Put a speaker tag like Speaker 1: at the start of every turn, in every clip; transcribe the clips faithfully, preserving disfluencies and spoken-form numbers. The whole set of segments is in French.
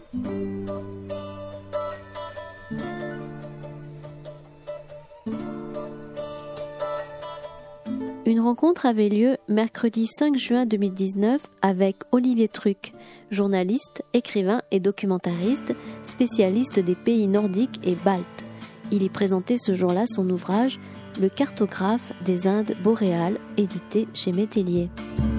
Speaker 1: Une rencontre avait lieu mercredi cinq juin deux mille dix-neuf avec Olivier Truc, journaliste, écrivain et documentariste, spécialiste des pays nordiques et baltes. Il y présentait ce jour-là son ouvrage « Le cartographe des Indes boréales » édité chez Métellier.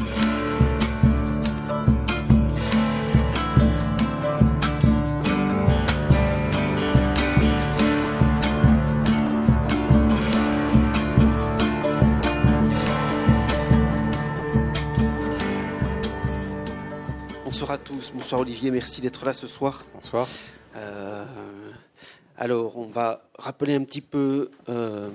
Speaker 2: Bonsoir à tous, bonsoir Olivier, merci d'être là ce soir.
Speaker 3: Bonsoir.
Speaker 2: Euh, alors, on va rappeler un petit peu euh,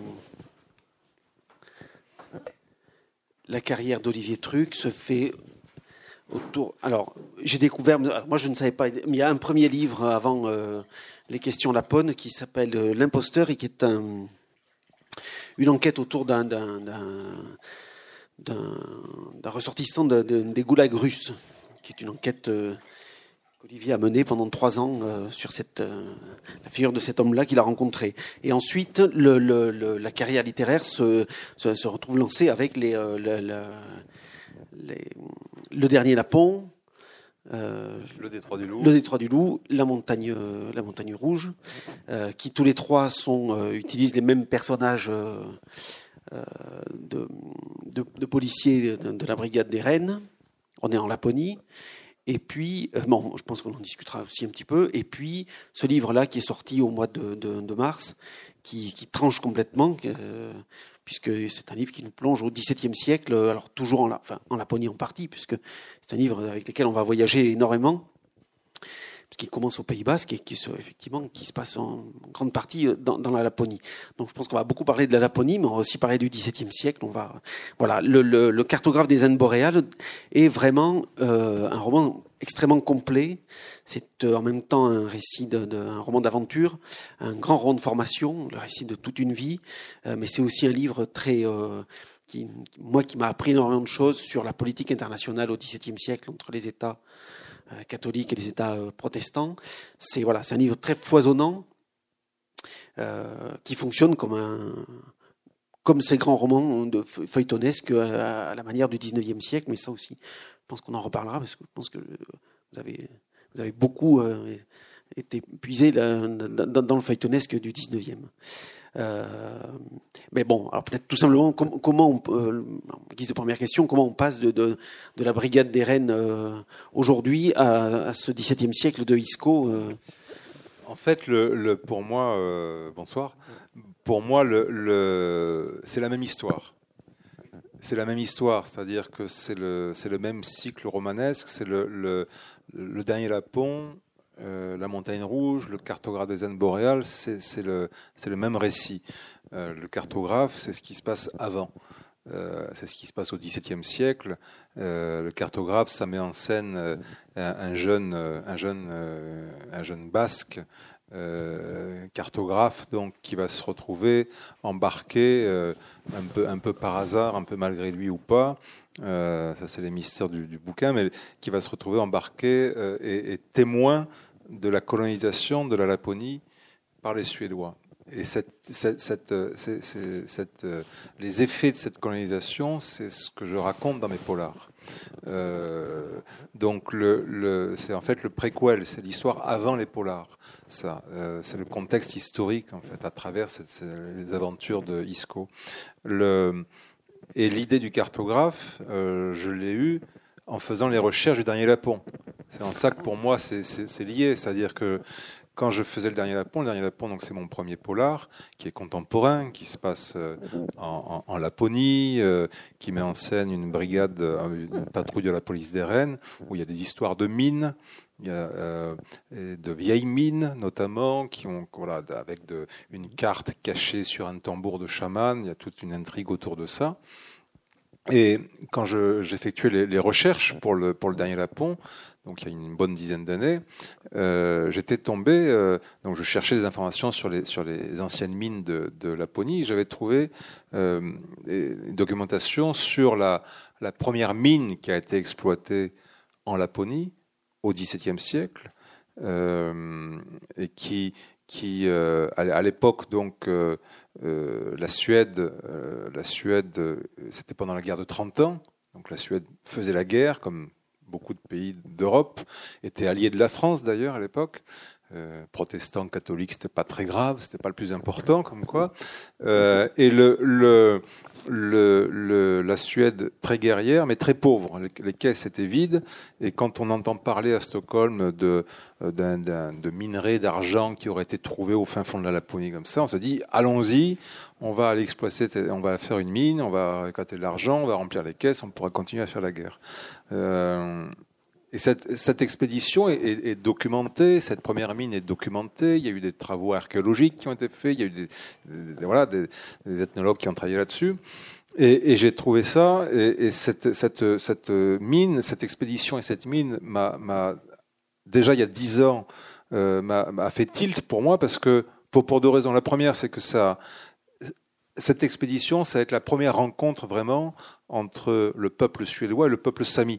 Speaker 2: la carrière d'Olivier Truc se fait autour... Alors, j'ai découvert, moi je ne savais pas, mais il y a un premier livre avant euh, les questions Lapone qui s'appelle euh, L'imposteur et qui est un, une enquête autour d'un, d'un, d'un, d'un, d'un ressortissant de, de, des goulags russes, qui est une enquête euh, qu'Olivier a menée pendant trois ans euh, sur cette, euh, la figure de cet homme-là qu'il a rencontré. Et ensuite, le, le, le, la carrière littéraire se, se, se retrouve lancée avec les, euh, le, le, les, le dernier Lapon, euh,
Speaker 3: le Détroit du Loup,
Speaker 2: le Détroit du Loup, la montagne, euh, la montagne rouge, euh, qui tous les trois sont euh, utilisent les mêmes personnages euh, euh, de, de, de policiers de, de la brigade des Rennes. On est en Laponie, et puis, euh, bon, je pense qu'on en discutera aussi un petit peu, et puis ce livre-là qui est sorti au mois de, de, de mars, qui, qui tranche complètement, euh, puisque c'est un livre qui nous plonge au dix-septième siècle, alors toujours en, la, enfin, en Laponie en partie, puisque c'est un livre avec lequel on va voyager énormément, qui commence au Pays Basque et qui se, effectivement, qui se passe en grande partie dans, dans la Laponie. Donc, je pense qu'on va beaucoup parler de la Laponie, mais on va aussi parler du dix-septième siècle. On va, voilà, le, le, le cartographe des Indes boréales est vraiment euh, un roman extrêmement complet. C'est euh, en même temps un récit de, de un roman d'aventure, un grand roman de formation, le récit de toute une vie, euh, mais c'est aussi un livre très euh, qui, moi, qui m'a appris énormément de choses sur la politique internationale au dix-septième siècle entre les États catholiques et les États protestants. C'est voilà, c'est un livre très foisonnant euh, qui fonctionne comme un comme ces grands romans de feuilletonesques à, à la manière du dix-neuvième siècle. Mais ça aussi, je pense qu'on en reparlera parce que je pense que vous avez vous avez beaucoup euh, été puisé là, dans, dans le feuilletonesque du dix-neuvième. Euh, mais bon, alors peut-être tout simplement com- comment, on, euh, en guise de première question, comment on passe de, de, de la brigade des Rennes euh, aujourd'hui à, à ce dix-septième siècle de Isco euh.
Speaker 3: En fait, le, le, pour moi, euh, bonsoir. Pour moi, le, le, c'est la même histoire. C'est la même histoire, c'est-à-dire que c'est le, c'est le même cycle romanesque. C'est le, le, le dernier Lapon. Euh, la montagne rouge, le cartographe des Indes boréales, c'est, c'est, le, c'est le même récit. Euh, le cartographe, c'est ce qui se passe avant. Euh, c'est ce qui se passe au dix-septième siècle. Euh, le cartographe, ça met en scène euh, un, un jeune, un jeune, euh, un jeune basque euh, cartographe, donc qui va se retrouver embarqué euh, un peu, un peu par hasard, un peu malgré lui ou pas. Euh, ça c'est les mystères du, du bouquin, mais qui va se retrouver embarqué euh, et, et témoin de la colonisation de la Laponie par les Suédois. Et cette, cette, cette, cette, cette, cette, les effets de cette colonisation, c'est ce que je raconte dans mes polars. Euh, donc le, le, c'est en fait le préquel, c'est l'histoire avant les polars. Ça, euh, c'est le contexte historique en fait à travers cette, cette, les aventures de Isco. Le Et l'idée du cartographe, euh, je l'ai eue en faisant les recherches du dernier Lapon. C'est en ça que pour moi c'est, c'est, c'est lié, c'est-à-dire que quand je faisais le dernier Lapon, le dernier Lapon, donc c'est mon premier polar qui est contemporain, qui se passe euh, en, en, en Laponie, euh, qui met en scène une brigade, euh, une patrouille de la police des Rennes, où il y a des histoires de mines. Il y a euh, de vieilles mines, notamment, qui ont, voilà, avec de, une carte cachée sur un tambour de chaman. Il y a toute une intrigue autour de ça. Et quand je, j'effectuais les, les recherches pour le, pour le dernier Lapon, donc il y a une bonne dizaine d'années, euh, j'étais tombé, euh, donc je cherchais des informations sur les, sur les anciennes mines de, de Laponie. J'avais trouvé euh, une documentation sur la, la première mine qui a été exploitée en Laponie, au dix-septième siècle, euh, et qui, qui euh, à l'époque, donc, euh, euh, la Suède, euh, la Suède, c'était pendant la guerre de trente ans, donc la Suède faisait la guerre, comme beaucoup de pays d'Europe, était allié de la France d'ailleurs à l'époque. Euh, protestants, catholiques, c'était pas très grave, c'était pas le plus important, comme quoi. Euh, et le, le, le, le, la Suède très guerrière, mais très pauvre. Les, les caisses étaient vides. Et quand on entend parler à Stockholm de, d'un, d'un, de minerais d'argent qui auraient été trouvés au fin fond de la Laponie comme ça, on se dit allons-y, on va aller exploiter, on va faire une mine, on va récolter de l'argent, on va remplir les caisses, on pourra continuer à faire la guerre. Euh, Et cette, cette expédition est, est, est documentée, cette première mine est documentée, il y a eu des travaux archéologiques qui ont été faits, il y a eu des, des, voilà, des, des ethnologues qui ont travaillé là-dessus. Et, et j'ai trouvé ça, et, et cette, cette, cette mine, cette expédition et cette mine m'a, m'a déjà il y a dix ans, euh, m'a, m'a fait tilt pour moi, parce que, pour, pour deux raisons. La première, c'est que ça... Cette expédition, ça va être la première rencontre vraiment entre le peuple suédois et le peuple sami.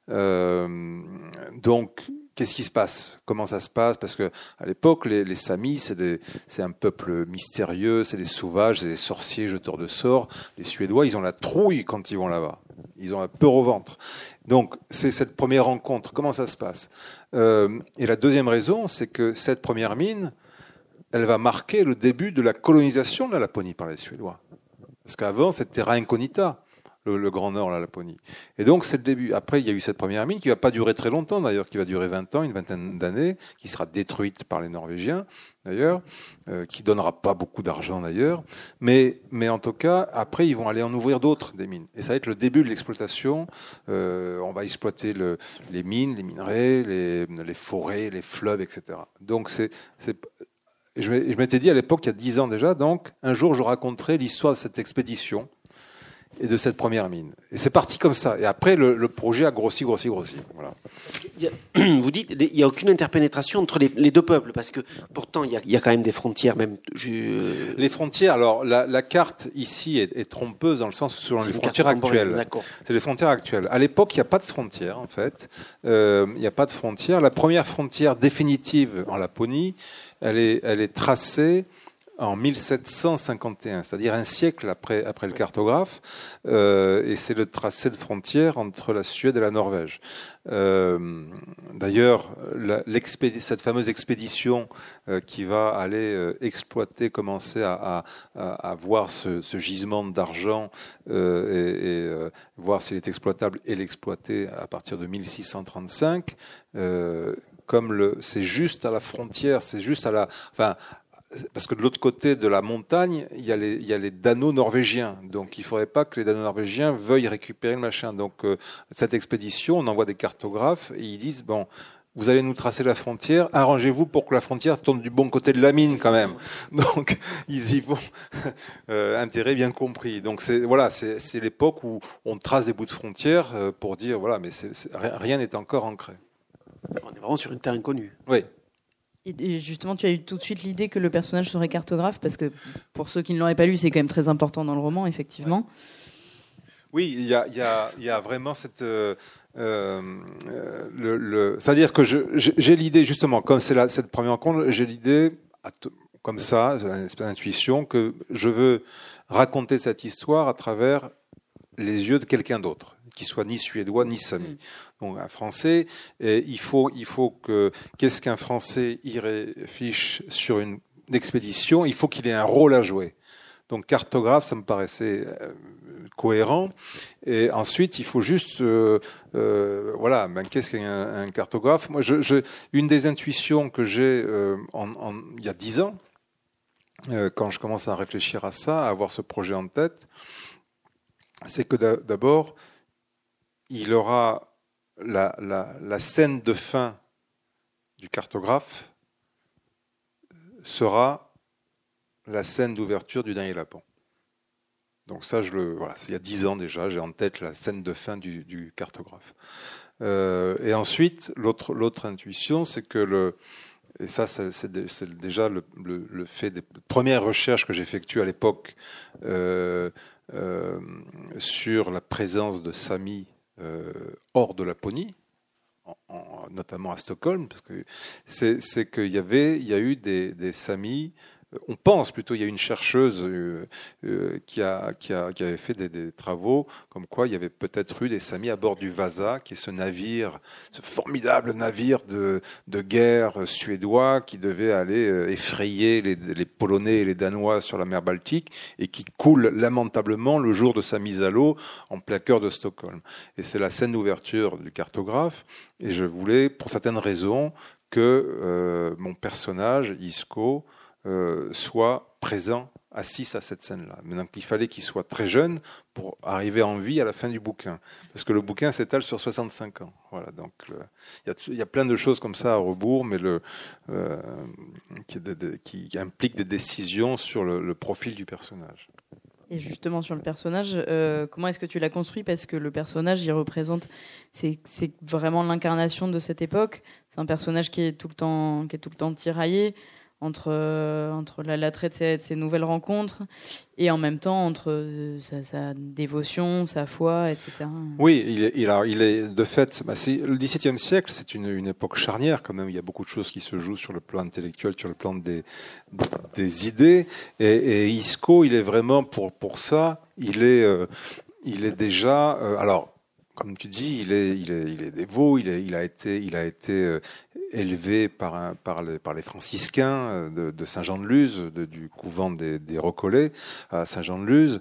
Speaker 3: Euh, donc, qu'est-ce qui se passe ? Comment ça se passe ? Parce que à l'époque, les, les Samis, c'est, des, c'est un peuple mystérieux, c'est des sauvages, c'est des sorciers, jeteurs de sorts. Les Suédois, ils ont la trouille quand ils vont là-bas. Ils ont la peur au ventre. Donc, c'est cette première rencontre. Comment ça se passe ? euh, Et la deuxième raison, c'est que cette première mine, elle va marquer le début de la colonisation de la Laponie par les Suédois. Parce qu'avant, c'était terra incognita, le, le Grand Nord, la Laponie. Et donc, c'est le début. Après, il y a eu cette première mine qui ne va pas durer très longtemps, d'ailleurs, qui va durer vingt ans, une vingtaine d'années, qui sera détruite par les Norvégiens, d'ailleurs, euh, qui donnera pas beaucoup d'argent, d'ailleurs. Mais, mais en tout cas, après, ils vont aller en ouvrir d'autres, des mines. Et ça va être le début de l'exploitation. Euh, on va exploiter le, les mines, les minerais, les, les forêts, les fleuves, et cetera. Donc, c'est... c'est Je m'étais dit à l'époque, il y a dix ans déjà, donc un jour je raconterai l'histoire de cette expédition et de cette première mine. Et c'est parti comme ça. Et après, le, le projet a grossi, grossi, grossi. Voilà.
Speaker 2: Il y a, vous dites, il n'y a aucune interpénétration entre les, les deux peuples, parce que pourtant, il y a, il y a quand même des frontières. Même, je...
Speaker 3: Les frontières, alors la, la carte ici est, est trompeuse dans le sens où selon les frontières actuelles.
Speaker 2: D'accord.
Speaker 3: C'est les frontières actuelles. À l'époque, il n'y a pas de frontières, en fait. Euh, il n'y a pas de frontières. La première frontière définitive en Laponie, elle est, elle est tracée en mille sept cent cinquante et un, c'est-à-dire un siècle après, après le cartographe, euh, et c'est le tracé de frontière entre la Suède et la Norvège. Euh, d'ailleurs, la, cette fameuse expédition euh, qui va aller euh, exploiter, commencer à, à, à voir ce, ce gisement d'argent euh, et, et euh, voir s'il est exploitable et l'exploiter à partir de mille six cent trente-cinq, euh, comme le, c'est juste à la frontière, c'est juste à la, enfin. Parce que de l'autre côté de la montagne, il y a les, il y a les Danots norvégiens. Donc, il ne faudrait pas que les Danots norvégiens veuillent récupérer le machin. Donc, euh, cette expédition, on envoie des cartographes et ils disent, bon, vous allez nous tracer la frontière, arrangez-vous pour que la frontière tourne du bon côté de la mine quand même. Donc, ils y vont, euh, intérêt bien compris. Donc, c'est, voilà, c'est, c'est l'époque où on trace des bouts de frontière euh, pour dire, voilà, mais c'est, c'est, rien n'est encore ancré.
Speaker 2: On est vraiment sur une terre inconnue.
Speaker 3: Oui.
Speaker 4: Et justement, tu as eu tout de suite l'idée que le personnage serait cartographe, parce que pour ceux qui ne l'auraient pas lu, c'est quand même très important dans le roman, effectivement.
Speaker 3: Oui, il y a, il y a, il y a vraiment cette... Euh, euh, le, le, c'est-à-dire que je, j'ai l'idée, justement, comme c'est la, cette première rencontre, j'ai l'idée, comme ça, une espèce d'intuition, que je veux raconter cette histoire à travers les yeux de quelqu'un d'autre, qui soit ni suédois ni sami. Mmh. Donc un Français, et il faut, il faut que qu'est-ce qu'un Français irait fiche sur une expédition, il faut qu'il ait un rôle à jouer. Donc cartographe, ça me paraissait euh, cohérent. Et ensuite, il faut juste, euh, euh, voilà, ben, qu'est-ce qu'un un cartographe ? Moi, je, je, une des intuitions que j'ai euh, en, en, il y a dix ans, euh, quand je commence à réfléchir à ça, à avoir ce projet en tête, c'est que d'abord, il aura la, la, la scène de fin du cartographe sera la scène d'ouverture du Dernier Lapon. Donc ça, je le, voilà, il y a dix ans déjà, j'ai en tête la scène de fin du, du cartographe. Euh, et ensuite, l'autre, l'autre intuition, c'est que le, et ça, c'est, c'est, c'est déjà le, le, le fait des premières recherches que j'effectue à l'époque. Euh, Euh, sur la présence de Samis euh, hors de Laponie, en, en, notamment à Stockholm, parce que c'est, c'est qu'il y avait, il y a eu des, des Samis. On pense plutôt, il y a une chercheuse euh, euh, qui, a, qui, a, qui avait fait des, des travaux comme quoi il y avait peut-être eu des Samis à bord du Vasa, qui est ce navire, ce formidable navire de, de guerre suédois qui devait aller euh, effrayer les, les Polonais et les Danois sur la mer Baltique et qui coule lamentablement le jour de sa mise à l'eau en plein cœur de Stockholm. Et c'est la scène d'ouverture du cartographe et je voulais, pour certaines raisons, que euh, mon personnage, Isco, Euh, soit présent, assis à cette scène-là. Mais donc il fallait qu'il soit très jeune pour arriver en vie à la fin du bouquin, parce que le bouquin s'étale sur soixante-cinq ans. Voilà, donc il y a, il y a plein de choses comme ça à rebours, mais le euh, qui, de, de, qui impliquent des décisions sur le, le profil du personnage.
Speaker 4: Et justement sur le personnage, euh, comment est-ce que tu l'as construit? Parce que le personnage, il représente, c'est, c'est vraiment l'incarnation de cette époque. C'est un personnage qui est tout le temps, qui est tout le temps tiraillé entre euh, entre la, l'attrait de ses, de ses nouvelles rencontres et en même temps entre euh, sa, sa dévotion, sa foi, et cetera.
Speaker 3: Oui, il est, il a, il est de fait. Bah c'est, le dix-septième siècle, c'est une, une époque charnière quand même. Il y a beaucoup de choses qui se jouent sur le plan intellectuel, sur le plan des des idées. Et, et Isco, il est vraiment pour pour ça. Il est euh, il est déjà. Euh, alors, comme tu dis, il est il est il est dévot. Il est il a été il a été euh, élevé par, un, par, les, par les franciscains de, de Saint-Jean-de-Luz, de, du couvent des, des Recollets à Saint-Jean-de-Luz.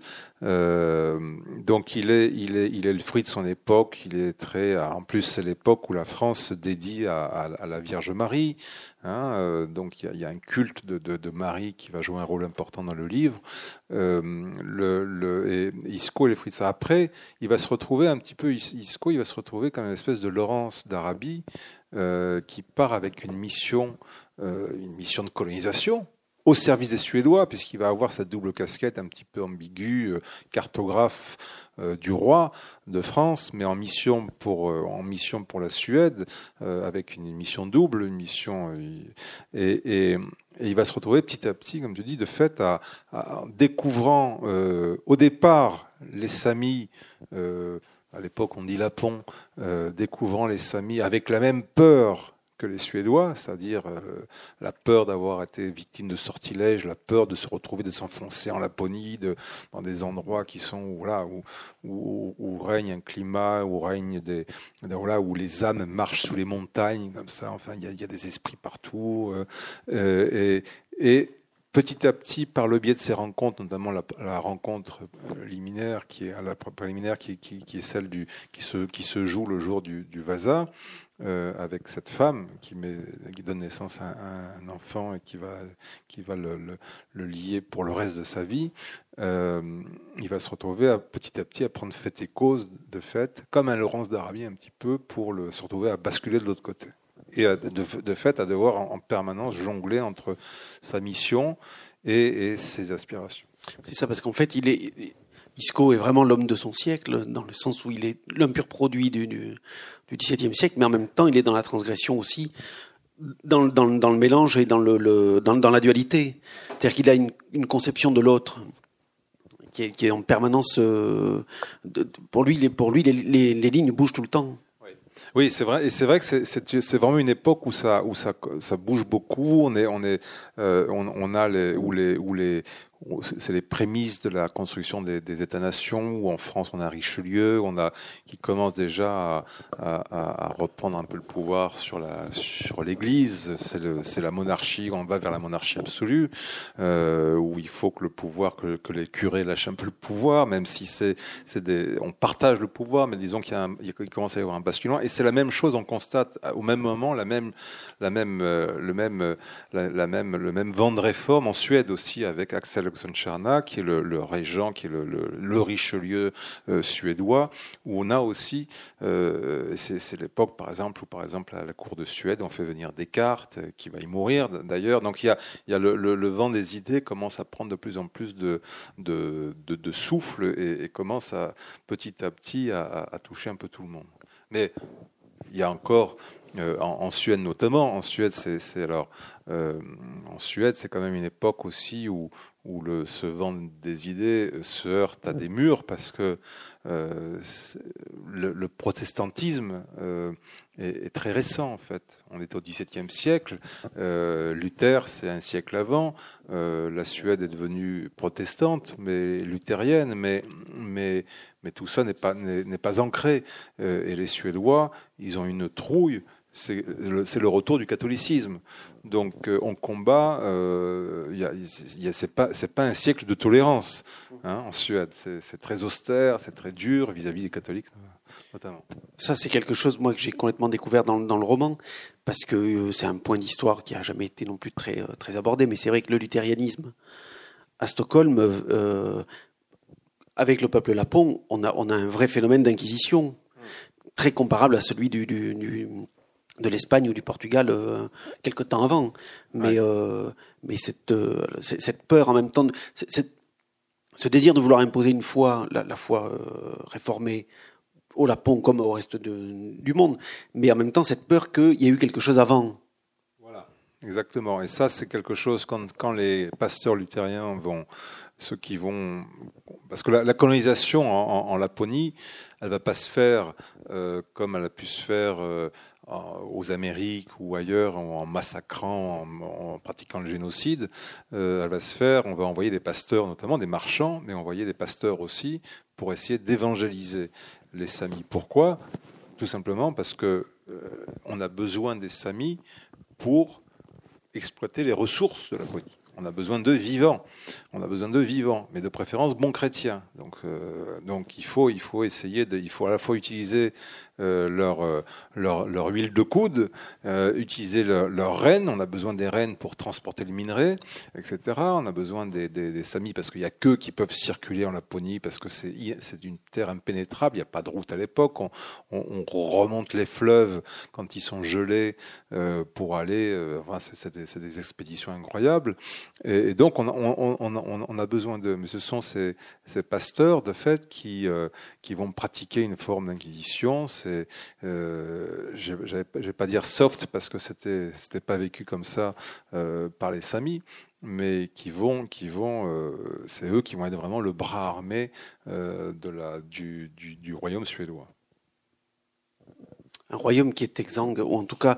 Speaker 3: Euh, donc il est, il, est, il est le fruit de son époque. Il est très, en plus, c'est l'époque où la France se dédie à, à, à la Vierge Marie. Hein, euh, donc il y, a, il y a un culte de, de, de Marie qui va jouer un rôle important dans le livre. Euh, le, le, et Isco est le fruit de ça. Après, il va se retrouver un petit peu, Isco, il va se retrouver comme une espèce de Laurence d'Arabie, Euh, qui part avec une mission, euh, une mission de colonisation au service des Suédois, puisqu'il va avoir cette double casquette un petit peu ambiguë, euh, cartographe euh, du roi de France, mais en mission pour euh, en mission pour la Suède, euh, avec une mission double, une mission euh, et, et, et il va se retrouver petit à petit, comme tu dis, de fait, à, à découvrant euh, au départ les Samis. Euh, À l'époque, on dit Lapon, euh, découvrant les Samis avec la même peur que les Suédois, c'est-à-dire euh, la peur d'avoir été victime de sortilèges, la peur de se retrouver, de s'enfoncer en Laponie, de, dans des endroits qui sont voilà où, où, où règne un climat, où règne des voilà où les âmes marchent sous les montagnes comme ça. Enfin, il y a, il y a des esprits partout euh, euh, et, et petit à petit, par le biais de ces rencontres, notamment la, la rencontre liminaire qui est la préliminaire qui, qui, qui est celle du qui se qui se joue le jour du, du Vasa, euh, avec cette femme qui, met, qui donne naissance à un, un enfant et qui va qui va le, le, le lier pour le reste de sa vie. Euh, il va se retrouver à, petit à petit à prendre fait et cause de fait, comme un Laurence d'Arabie un petit peu, pour le, se retrouver à basculer de l'autre côté. Et de, de fait à devoir en, en permanence jongler entre sa mission et, et ses aspirations.
Speaker 2: C'est ça, parce qu'en fait, il est, Isco est vraiment l'homme de son siècle, dans le sens où il est l'un pur produit du, du, du dix-septième siècle, mais en même temps, il est dans la transgression aussi, dans, dans, dans le mélange et dans, le, le, dans, dans la dualité. C'est-à-dire qu'il a une, une conception de l'autre qui est, qui est en permanence... Euh, de, pour lui, les, pour lui les, les, les lignes bougent tout le temps.
Speaker 3: Oui, c'est vrai, et c'est vrai que c'est, c'est, c'est vraiment une époque où ça, où ça, ça bouge beaucoup. On est, on est, euh, on, on a les, où les, où les, c'est les prémices de la construction des, des États-nations. Où en France, on a Richelieu, on a qui commence déjà à, à, à reprendre un peu le pouvoir sur la, sur l'Église. C'est le, c'est la monarchie. On va vers la monarchie absolue, euh, où il faut que le pouvoir, que, que les curés lâchent un peu le pouvoir, même si c'est, c'est des, on partage le pouvoir, mais disons qu'il y a, un, il commence à y avoir un basculement. Et c'est la même chose. On constate au même moment la même, la même, euh, le même, la, la même, le même vent de réforme en Suède aussi avec Axel Oxenstierna, qui est le, le régent, qui est le, le, le Richelieu euh, suédois, où on a aussi, euh, c'est, c'est l'époque par exemple où par exemple à la cour de Suède on fait venir Descartes, euh, qui va y mourir d'ailleurs. Donc il y a, il y a le, le, le vent des idées commence à prendre de plus en plus de, de, de, de souffle et, et commence à petit à petit à, à, à toucher un peu tout le monde. Mais il y a encore, euh, en, en Suède notamment, en Suède, c'est, c'est alors euh, en Suède, c'est quand même une époque aussi où où le, ce vent des idées se heurte à des murs parce que euh, le, le protestantisme euh, est, est très récent en fait. On est au dix-septième siècle, euh, Luther c'est un siècle avant, euh, la Suède est devenue protestante mais luthérienne, mais mais mais tout ça n'est pas n'est, n'est pas ancré euh, et les Suédois ils ont une trouille. C'est le, c'est le retour du catholicisme. Donc euh, on combat. Euh, y a, y a, c'est pas c'est pas un siècle de tolérance hein, en Suède. C'est, c'est très austère, c'est très dur vis-à-vis des catholiques notamment.
Speaker 2: Ça c'est quelque chose moi que j'ai complètement découvert dans, dans le roman parce que euh, c'est un point d'histoire qui a jamais été non plus très très abordé. Mais c'est vrai que le luthérianisme à Stockholm, euh, avec le peuple lapon, on a on a un vrai phénomène d'inquisition très comparable à celui du, du, du de l'Espagne ou du Portugal euh, quelque temps avant, mais ouais. euh, mais cette euh, cette peur en même temps, de, cette, ce désir de vouloir imposer une foi, la, la foi euh, réformée au Lapon comme au reste de, du monde, mais en même temps cette peur qu'il y ait eu quelque chose avant.
Speaker 3: Voilà, exactement. Et ça c'est quelque chose quand quand les pasteurs luthériens vont, ceux qui vont, parce que la, la colonisation en, en, en Laponie, elle va pas se faire euh, comme elle a pu se faire. Euh, aux Amériques ou ailleurs en massacrant, en, en pratiquant le génocide, euh, elle va se faire, on va envoyer des pasteurs, notamment des marchands, mais envoyer des pasteurs aussi pour essayer d'évangéliser les Samis. Pourquoi ? Tout simplement parce que euh, on a besoin des Samis pour exploiter les ressources de la Laponie. On a besoin d'eux vivants. On a besoin d'eux vivants, mais de préférence bons chrétiens. Donc, euh, donc il faut, il faut essayer de, il faut à la fois utiliser euh, leur, euh, leur, leur huile de coude, euh, utiliser leur, leur reine. On a besoin des reines pour transporter le minerai, et cetera. On a besoin des, des, des Samis parce qu'il y a qu'eux qui peuvent circuler en Laponie parce que c'est, c'est une terre impénétrable. Il n'y a pas de route à l'époque. On, on, on remonte les fleuves quand ils sont gelés euh, pour aller. Euh, enfin, c'est, c'est, des, c'est des expéditions incroyables. Et, et donc on, on, on, on, on a besoin de. Mais ce sont ces, ces pasteurs de fait qui, euh, qui vont pratiquer une forme d'inquisition. C'est Euh, je ne vais pas dire soft parce que c'était c'était pas vécu comme ça euh, par les Samis, mais qui vont qui vont euh, c'est eux qui vont être vraiment le bras armé euh, de la du, du du royaume suédois.
Speaker 2: Un royaume qui est exsangue, ou en tout cas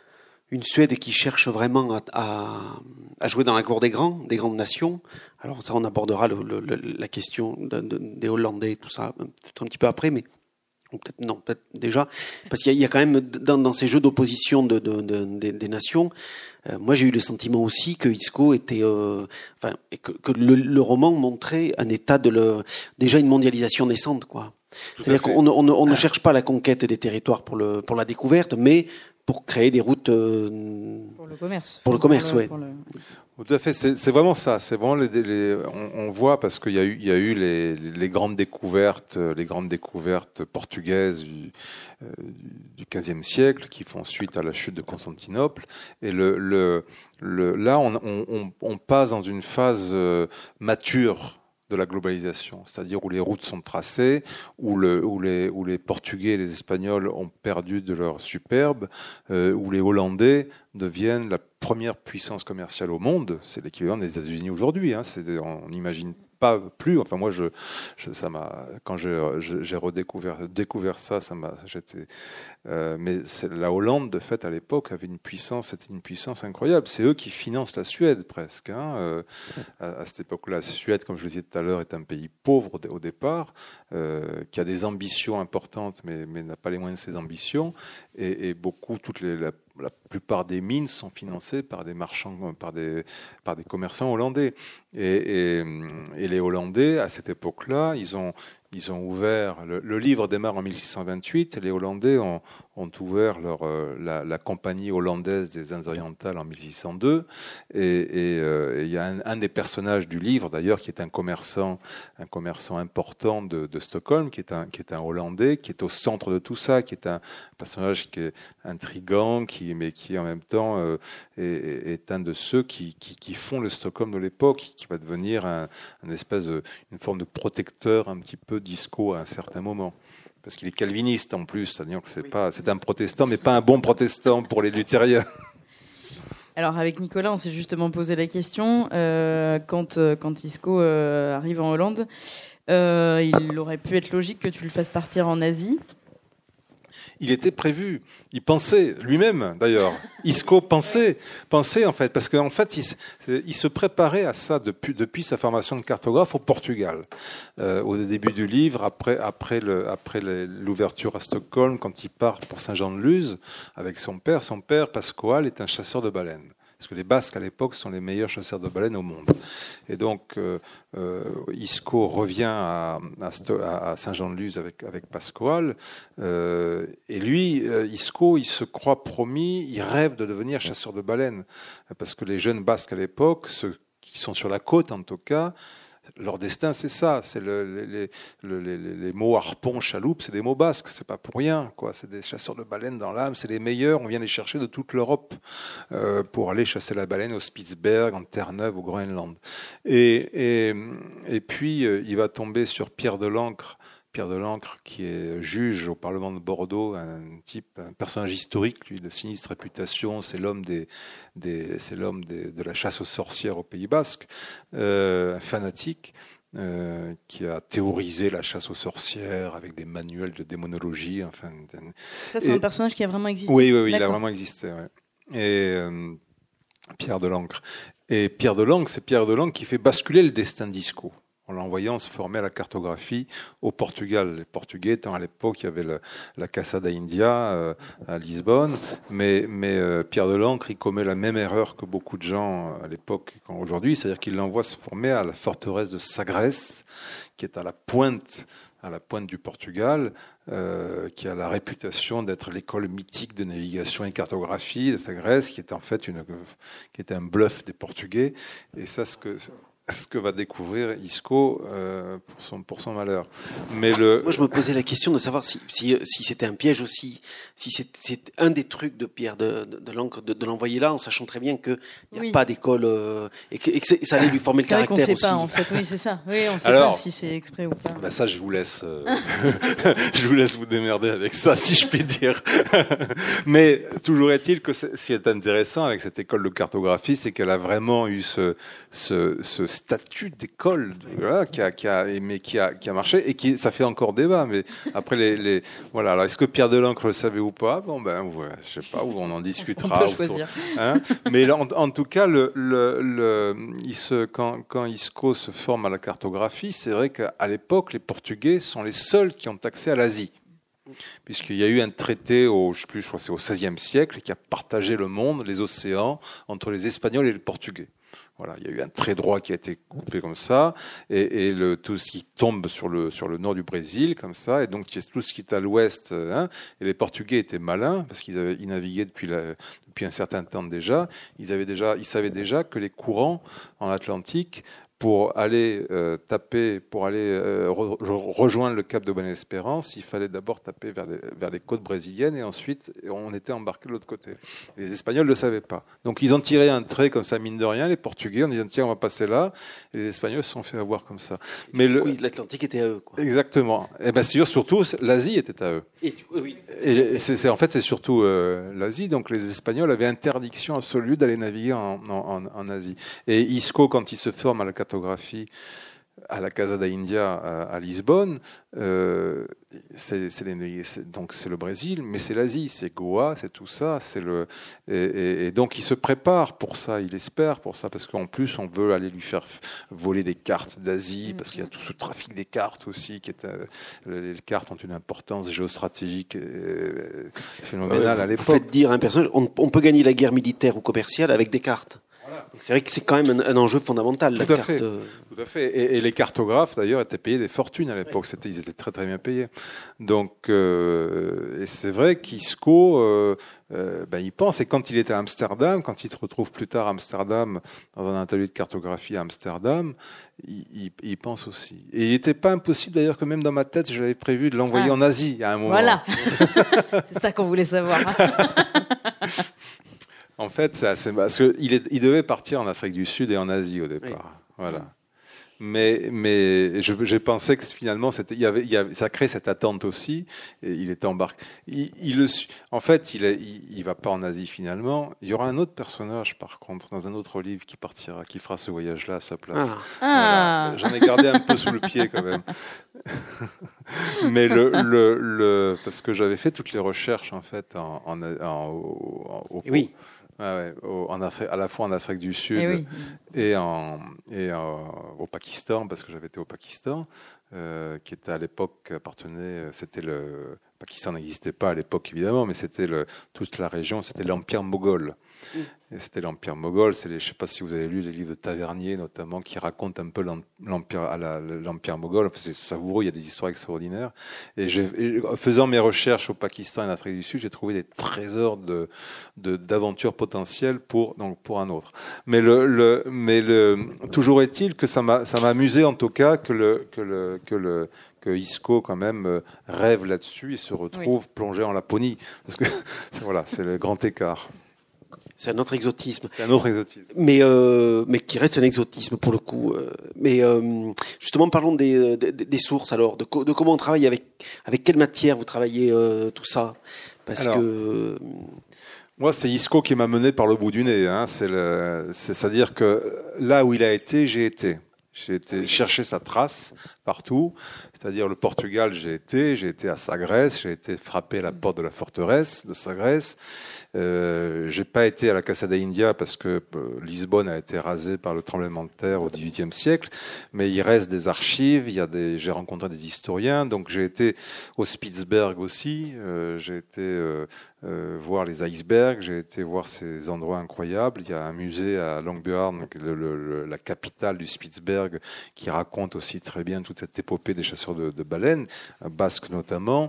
Speaker 2: une Suède qui cherche vraiment à, à, à jouer dans la cour des grands, des grandes nations. Alors ça, on abordera le, le, la question de, de, des Hollandais, tout ça, peut-être un petit peu après, mais ou peut-être non, peut-être déjà, parce qu'il y a, il y a quand même dans, dans ces jeux d'opposition de, de, de, de, des nations, euh, moi j'ai eu le sentiment aussi que Isco était, euh, enfin, que, que le, le roman montrait un état de le, déjà une mondialisation naissante, quoi. Tout C'est-à-dire qu'on on, on ne cherche pas la conquête des territoires pour le pour la découverte, mais pour créer des routes euh,
Speaker 4: pour le commerce.
Speaker 2: Pour le commerce,
Speaker 4: pour le,
Speaker 2: ouais.
Speaker 4: Pour le...
Speaker 3: Tout à fait, c'est, c'est vraiment ça. C'est vraiment les, les on, on voit parce qu'il y a eu, il y a eu les, les grandes découvertes, les grandes découvertes portugaises du, euh, du quinzième siècle qui font suite à la chute de Constantinople. Et le, le, le là, on, on, on passe dans une phase euh, mature de la globalisation, c'est-à-dire où les routes sont tracées, où, le, où, les, où les Portugais et les Espagnols ont perdu de leur superbe, euh, où les Hollandais deviennent la première puissance commerciale au monde. C'est l'équivalent des États-Unis aujourd'hui. Hein. C'est, on n'imagine pas plus. Enfin, moi, je, je, ça m'a, quand j'ai, j'ai redécouvert découvert ça, ça m'a, j'étais. Euh, mais c'est, la Hollande, de fait, à l'époque, avait une puissance. C'était une puissance incroyable. C'est eux qui financent la Suède, presque. Hein. Euh, à, à cette époque-là, la Suède, comme je le disais tout à l'heure, est un pays pauvre au départ, euh, qui a des ambitions importantes, mais, mais n'a pas les moyens de ses ambitions, et, et beaucoup, toutes les la, la plupart des mines sont financées par des marchands, par des, par des commerçants hollandais. Et, et, et les Hollandais, à cette époque-là, ils ont, ils ont ouvert. Le, le livre démarre en mille six cent vingt-huit. Et les Hollandais ont, ont ouvert leur, euh, la, la compagnie hollandaise des Indes orientales en mille six cent deux. Et il et, euh, y a un, un des personnages du livre, d'ailleurs, qui est un commerçant, un commerçant important de, de Stockholm, qui est un, qui est un Hollandais, qui est au centre de tout ça, qui est un personnage qui est intrigant, qui, mais qui en même temps euh, est, est un de ceux qui, qui, qui font le Stockholm de l'époque, qui va devenir un, un espèce de, une forme de protecteur un petit peu d'Isco à un certain moment. Parce qu'il est calviniste en plus, c'est-à-dire que c'est pas, c'est un protestant, mais pas un bon protestant pour les luthériens.
Speaker 4: Alors avec Nicolas, on s'est justement posé la question euh, quand euh, quand Isco euh, arrive en Hollande, euh, il aurait pu être logique que tu le fasses partir en Asie.
Speaker 3: Il était prévu. Il pensait, lui-même d'ailleurs. Isco pensait, pensait en fait, parce qu'en fait, il, il se préparait à ça depuis, depuis sa formation de cartographe au Portugal. Euh, au début du livre, après, après, le, après l'ouverture à Stockholm, quand il part pour Saint-Jean-de-Luz avec son père, son père, Pascoal, est un chasseur de baleines. Parce que les Basques, à l'époque, sont les meilleurs chasseurs de baleines au monde. Et donc, euh, euh, Isco revient à, à, à Saint-Jean-de-Luz avec, avec Pascoal. Euh, et lui, euh, Isco, il se croit promis, il rêve de devenir chasseur de baleines. Parce que les jeunes Basques, à l'époque, ceux qui sont sur la côte, en tout cas, leur destin, c'est ça. C'est le, les, les, les, les mots harpon, chaloupe, c'est des mots basques. C'est pas pour rien, quoi. C'est des chasseurs de baleines dans l'âme. C'est les meilleurs. On vient les chercher de toute l'Europe euh, pour aller chasser la baleine au Spitzberg, en Terre-Neuve, au Groenland. Et, et, et puis, euh, il va tomber sur Pierre de l'Ancre. Pierre de l'Ancre, qui est juge au Parlement de Bordeaux, un type, un personnage historique, lui, de sinistre réputation. C'est l'homme des, des c'est l'homme des, de la chasse aux sorcières au Pays Basque, euh, un fanatique. Euh, qui a théorisé la chasse aux sorcières avec des manuels de démonologie. Enfin,
Speaker 4: ça, c'est et, un personnage qui a vraiment existé.
Speaker 3: Oui, oui, oui, il a vraiment existé. Ouais. Et euh, Pierre de l'Ancre. Et Pierre de l'Ancre, c'est Pierre de l'Ancre qui fait basculer le destin d'Isco, en l'envoyant se former à la cartographie au Portugal. Les Portugais, tant à l'époque, il y avait le, la Caçada India euh, à Lisbonne, mais, mais euh, Pierre de l'Ancre, il commet la même erreur que beaucoup de gens à l'époque qu'aujourd'hui, c'est-à-dire qu'il l'envoie se former à la forteresse de Sagres, qui est à la pointe à la pointe du Portugal, euh, qui a la réputation d'être l'école mythique de navigation et cartographie de Sagres, qui est en fait une, qui est un bluff des Portugais. Et ça, ce que ce que va découvrir Isco euh, pour son pour son malheur. Mais le
Speaker 2: moi je me posais la question de savoir si si, si c'était un piège aussi, si c'est c'est un des trucs de Pierre de de, de l'Ancre de, de l'envoyer là en sachant très bien que il y a oui. pas d'école euh, et, que, et que ça allait lui former le
Speaker 4: c'est
Speaker 2: caractère
Speaker 4: vrai qu'on
Speaker 2: aussi.
Speaker 4: Sait pas en fait, oui c'est ça. Oui on sait
Speaker 3: Alors,
Speaker 4: pas si c'est exprès ou pas.
Speaker 3: Bah ça je vous laisse euh, je vous laisse vous démerder avec ça si je puis dire. Mais toujours est-il que ce qui est intéressant avec cette école de cartographie, c'est qu'elle a vraiment eu ce ce, ce statut d'école, voilà, qui a, qui a, mais qui a, qui a marché et qui, ça fait encore débat. Mais après les, les voilà. Alors, est-ce que Pierre de l'Ancre le savait ou pas? Bon ben, ouais, je sais pas, on en discutera.
Speaker 4: On peut choisir.
Speaker 3: Hein, mais en, en tout cas, le, le, le, il se, quand, quand Isco se forme à la cartographie, c'est vrai qu'à l'époque, les Portugais sont les seuls qui ont accès à l'Asie. Puisqu'il y a eu un traité au, je sais plus, je crois que c'est au seizième siècle, qui a partagé le monde, les océans, entre les Espagnols et les Portugais. Voilà, il y a eu un trait droit qui a été coupé comme ça, et, et le, tout ce qui tombe sur le, sur le nord du Brésil, comme ça, et donc tout ce qui est à l'ouest, hein, et les Portugais étaient malins, parce qu'ils avaient, ils naviguaient depuis, la, depuis un certain temps déjà, ils avaient déjà, ils savaient déjà que les courants en Atlantique, pour aller euh, taper, pour aller euh, re- rejoindre le cap de Bonne-Espérance, il fallait d'abord taper vers les, vers les côtes brésiliennes et ensuite on était embarqué de l'autre côté. Les Espagnols ne le savaient pas. Donc ils ont tiré un trait comme ça, mine de rien, les Portugais, en disant tiens on va passer là, et les Espagnols se sont fait avoir comme ça.
Speaker 2: Mais le... oui, l'Atlantique était à eux. Quoi.
Speaker 3: Exactement. Et ben c'est surtout l'Asie était à eux.
Speaker 2: Et tu... oui.
Speaker 3: Et c'est, c'est, en fait c'est surtout euh, l'Asie, donc les Espagnols avaient interdiction absolue d'aller naviguer en, en, en Asie. Et Isco, quand il se forme à la cartographie à la Caçada India à, à Lisbonne, euh, c'est, c'est, les, c'est, donc c'est le Brésil, mais c'est l'Asie, c'est Goa, c'est tout ça, c'est le et, et, et donc il se prépare pour ça, il espère pour ça, parce qu'en plus on veut aller lui faire voler des cartes d'Asie, parce qu'il y a tout ce trafic des cartes aussi, qui est euh, les cartes ont une importance géostratégique euh, phénoménale à l'époque.
Speaker 2: Vous faites dire à un personnage, on, on peut gagner la guerre militaire ou commerciale avec des cartes. Donc c'est vrai que c'est quand même un, un enjeu fondamental.
Speaker 3: Tout
Speaker 2: la
Speaker 3: à
Speaker 2: carte.
Speaker 3: fait. Tout à fait. Et, et les cartographes d'ailleurs étaient payés des fortunes à l'époque. C'était, ils étaient très très bien payés. Donc euh, et c'est vrai qu'Isco, euh, euh, ben il pense. Et quand il était à Amsterdam, quand il se retrouve plus tard à Amsterdam dans un atelier de cartographie à Amsterdam, il, il, il pense aussi. Et il n'était pas impossible d'ailleurs que même dans ma tête, j'avais prévu de l'envoyer ah. en Asie à un moment.
Speaker 4: Voilà. C'est ça qu'on voulait savoir.
Speaker 3: En fait, c'est assez, parce qu'il il devait partir en Afrique du Sud et en Asie au départ. Oui. Voilà. Mais, mais je, j'ai pensé que finalement, c'était, il y avait, il y avait, ça crée cette attente aussi. Et il était embarqué. Il, il le, en fait, il, est, il, il va pas en Asie finalement. Il y aura un autre personnage, par contre, dans un autre livre qui partira, qui fera ce voyage-là à sa place.
Speaker 4: Ah.
Speaker 3: Voilà. J'en ai gardé un peu sous le pied quand même. Mais le, le, le, parce que j'avais fait toutes les recherches en fait en, en, en, en au, au,
Speaker 2: oui.
Speaker 3: Ah ouais, au, en Afri- à la fois en Afrique du Sud
Speaker 4: et, oui.
Speaker 3: et, en, et en, au Pakistan, parce que j'avais été au Pakistan, euh, qui était à l'époque appartenait, c'était le, le Pakistan n'existait pas à l'époque évidemment, mais c'était le, toute la région, c'était l'empire moghol. Mm. Et c'était l'empire moghol. C'est les, je ne sais pas si vous avez lu les livres de Tavernier notamment, qui racontent un peu l'empire, à la, l'empire moghol. C'est savoureux, il y a des histoires extraordinaires. Et, j'ai, et faisant mes recherches au Pakistan et en Afrique du Sud, j'ai trouvé des trésors de, de d'aventures potentielles pour donc pour un autre. Mais le, le mais le toujours est-il que ça m'a ça m'a amusé en tout cas que le que le que le que Isco quand même rêve là-dessus et se retrouve oui. plongé en Laponie, parce que voilà, c'est le grand écart.
Speaker 2: C'est un autre exotisme.
Speaker 3: C'est un autre exotisme.
Speaker 2: Mais, euh, mais qui reste un exotisme pour le coup. Mais euh, justement, parlons des, des, des sources alors, de, de comment on travaille, avec, avec quelle matière vous travaillez euh, tout ça. Parce alors, que.
Speaker 3: Moi, c'est Isco qui m'a mené par le bout du nez. Hein. C'est le, c'est, c'est-à-dire que là où il a été, j'ai été. J'ai été chercher sa trace partout, c'est-à-dire le Portugal, j'ai été, j'ai été à Sagres, j'ai été frappé à la porte de la forteresse de Sagres. Euh, j'ai pas été à la Casa da Índia parce que euh, Lisbonne a été rasée par le tremblement de terre au dix-huitième siècle, mais il reste des archives, il y a des, j'ai rencontré des historiens, donc j'ai été au Spitzberg aussi, euh, j'ai été euh, euh, voir les icebergs, j'ai été voir ces endroits incroyables. Il y a un musée à Langbjörn, le, le, la capitale du Spitzberg, qui raconte aussi très bien toute cette épopée des chasseurs de, de baleines, basques notamment.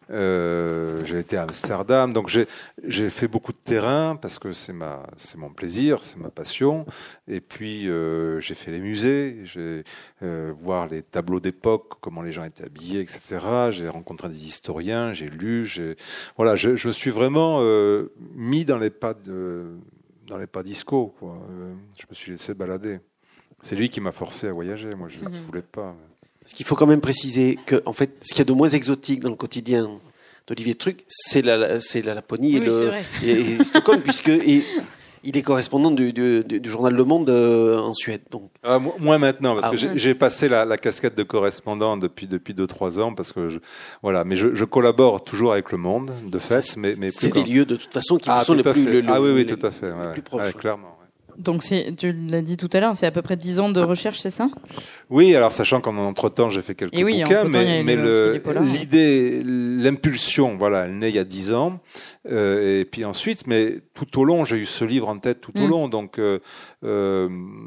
Speaker 3: Euh, j'ai été à Amsterdam, donc j'ai, j'ai fait beaucoup de terrain parce que c'est ma, c'est mon plaisir, c'est ma passion. Et puis euh, j'ai fait les musées, j'ai euh, voir les tableaux d'époque, comment les gens étaient habillés, et cetera. J'ai rencontré des historiens, j'ai lu, j'ai voilà, je, je suis vraiment euh, mis dans les pas de, dans les pas d'Isco, quoi. Je me suis laissé balader. C'est lui qui m'a forcé à voyager. Moi, je ne mmh. voulais pas.
Speaker 2: Parce qu'il faut quand même préciser que, en fait, ce qu'il y a de moins exotique dans le quotidien d'Olivier Truc, c'est la, c'est la Laponie
Speaker 4: oui,
Speaker 2: et, le, et, et Stockholm, puisque et, il est correspondant du, du, du journal Le Monde euh, en Suède. Donc.
Speaker 3: Ah, moi maintenant, parce ah, que
Speaker 2: ouais.
Speaker 3: j'ai, j'ai passé la, la casquette de correspondant depuis depuis deux trois ans, parce que je, voilà, mais je, je collabore toujours avec Le Monde, de fait, mais mais
Speaker 2: c'est
Speaker 3: plus
Speaker 2: des quand... lieux de toute façon qui
Speaker 3: ah,
Speaker 2: sont les plus,
Speaker 3: le,
Speaker 2: le,
Speaker 3: ah oui oui
Speaker 2: les,
Speaker 3: tout à fait, ouais,
Speaker 2: les plus proches.
Speaker 3: Ouais, clairement.
Speaker 4: Donc, c'est, tu l'as dit tout à l'heure, c'est à peu près dix ans de recherche, c'est ça ?
Speaker 3: Oui, alors sachant qu'en entre-temps, j'ai fait quelques
Speaker 4: et oui,
Speaker 3: bouquins, mais, mais le,
Speaker 4: polars,
Speaker 3: l'idée, ouais. l'impulsion, voilà, elle naît il y a dix ans. Euh, et puis ensuite, mais tout au long, j'ai eu ce livre en tête tout au mmh. long. Donc, euh, euh,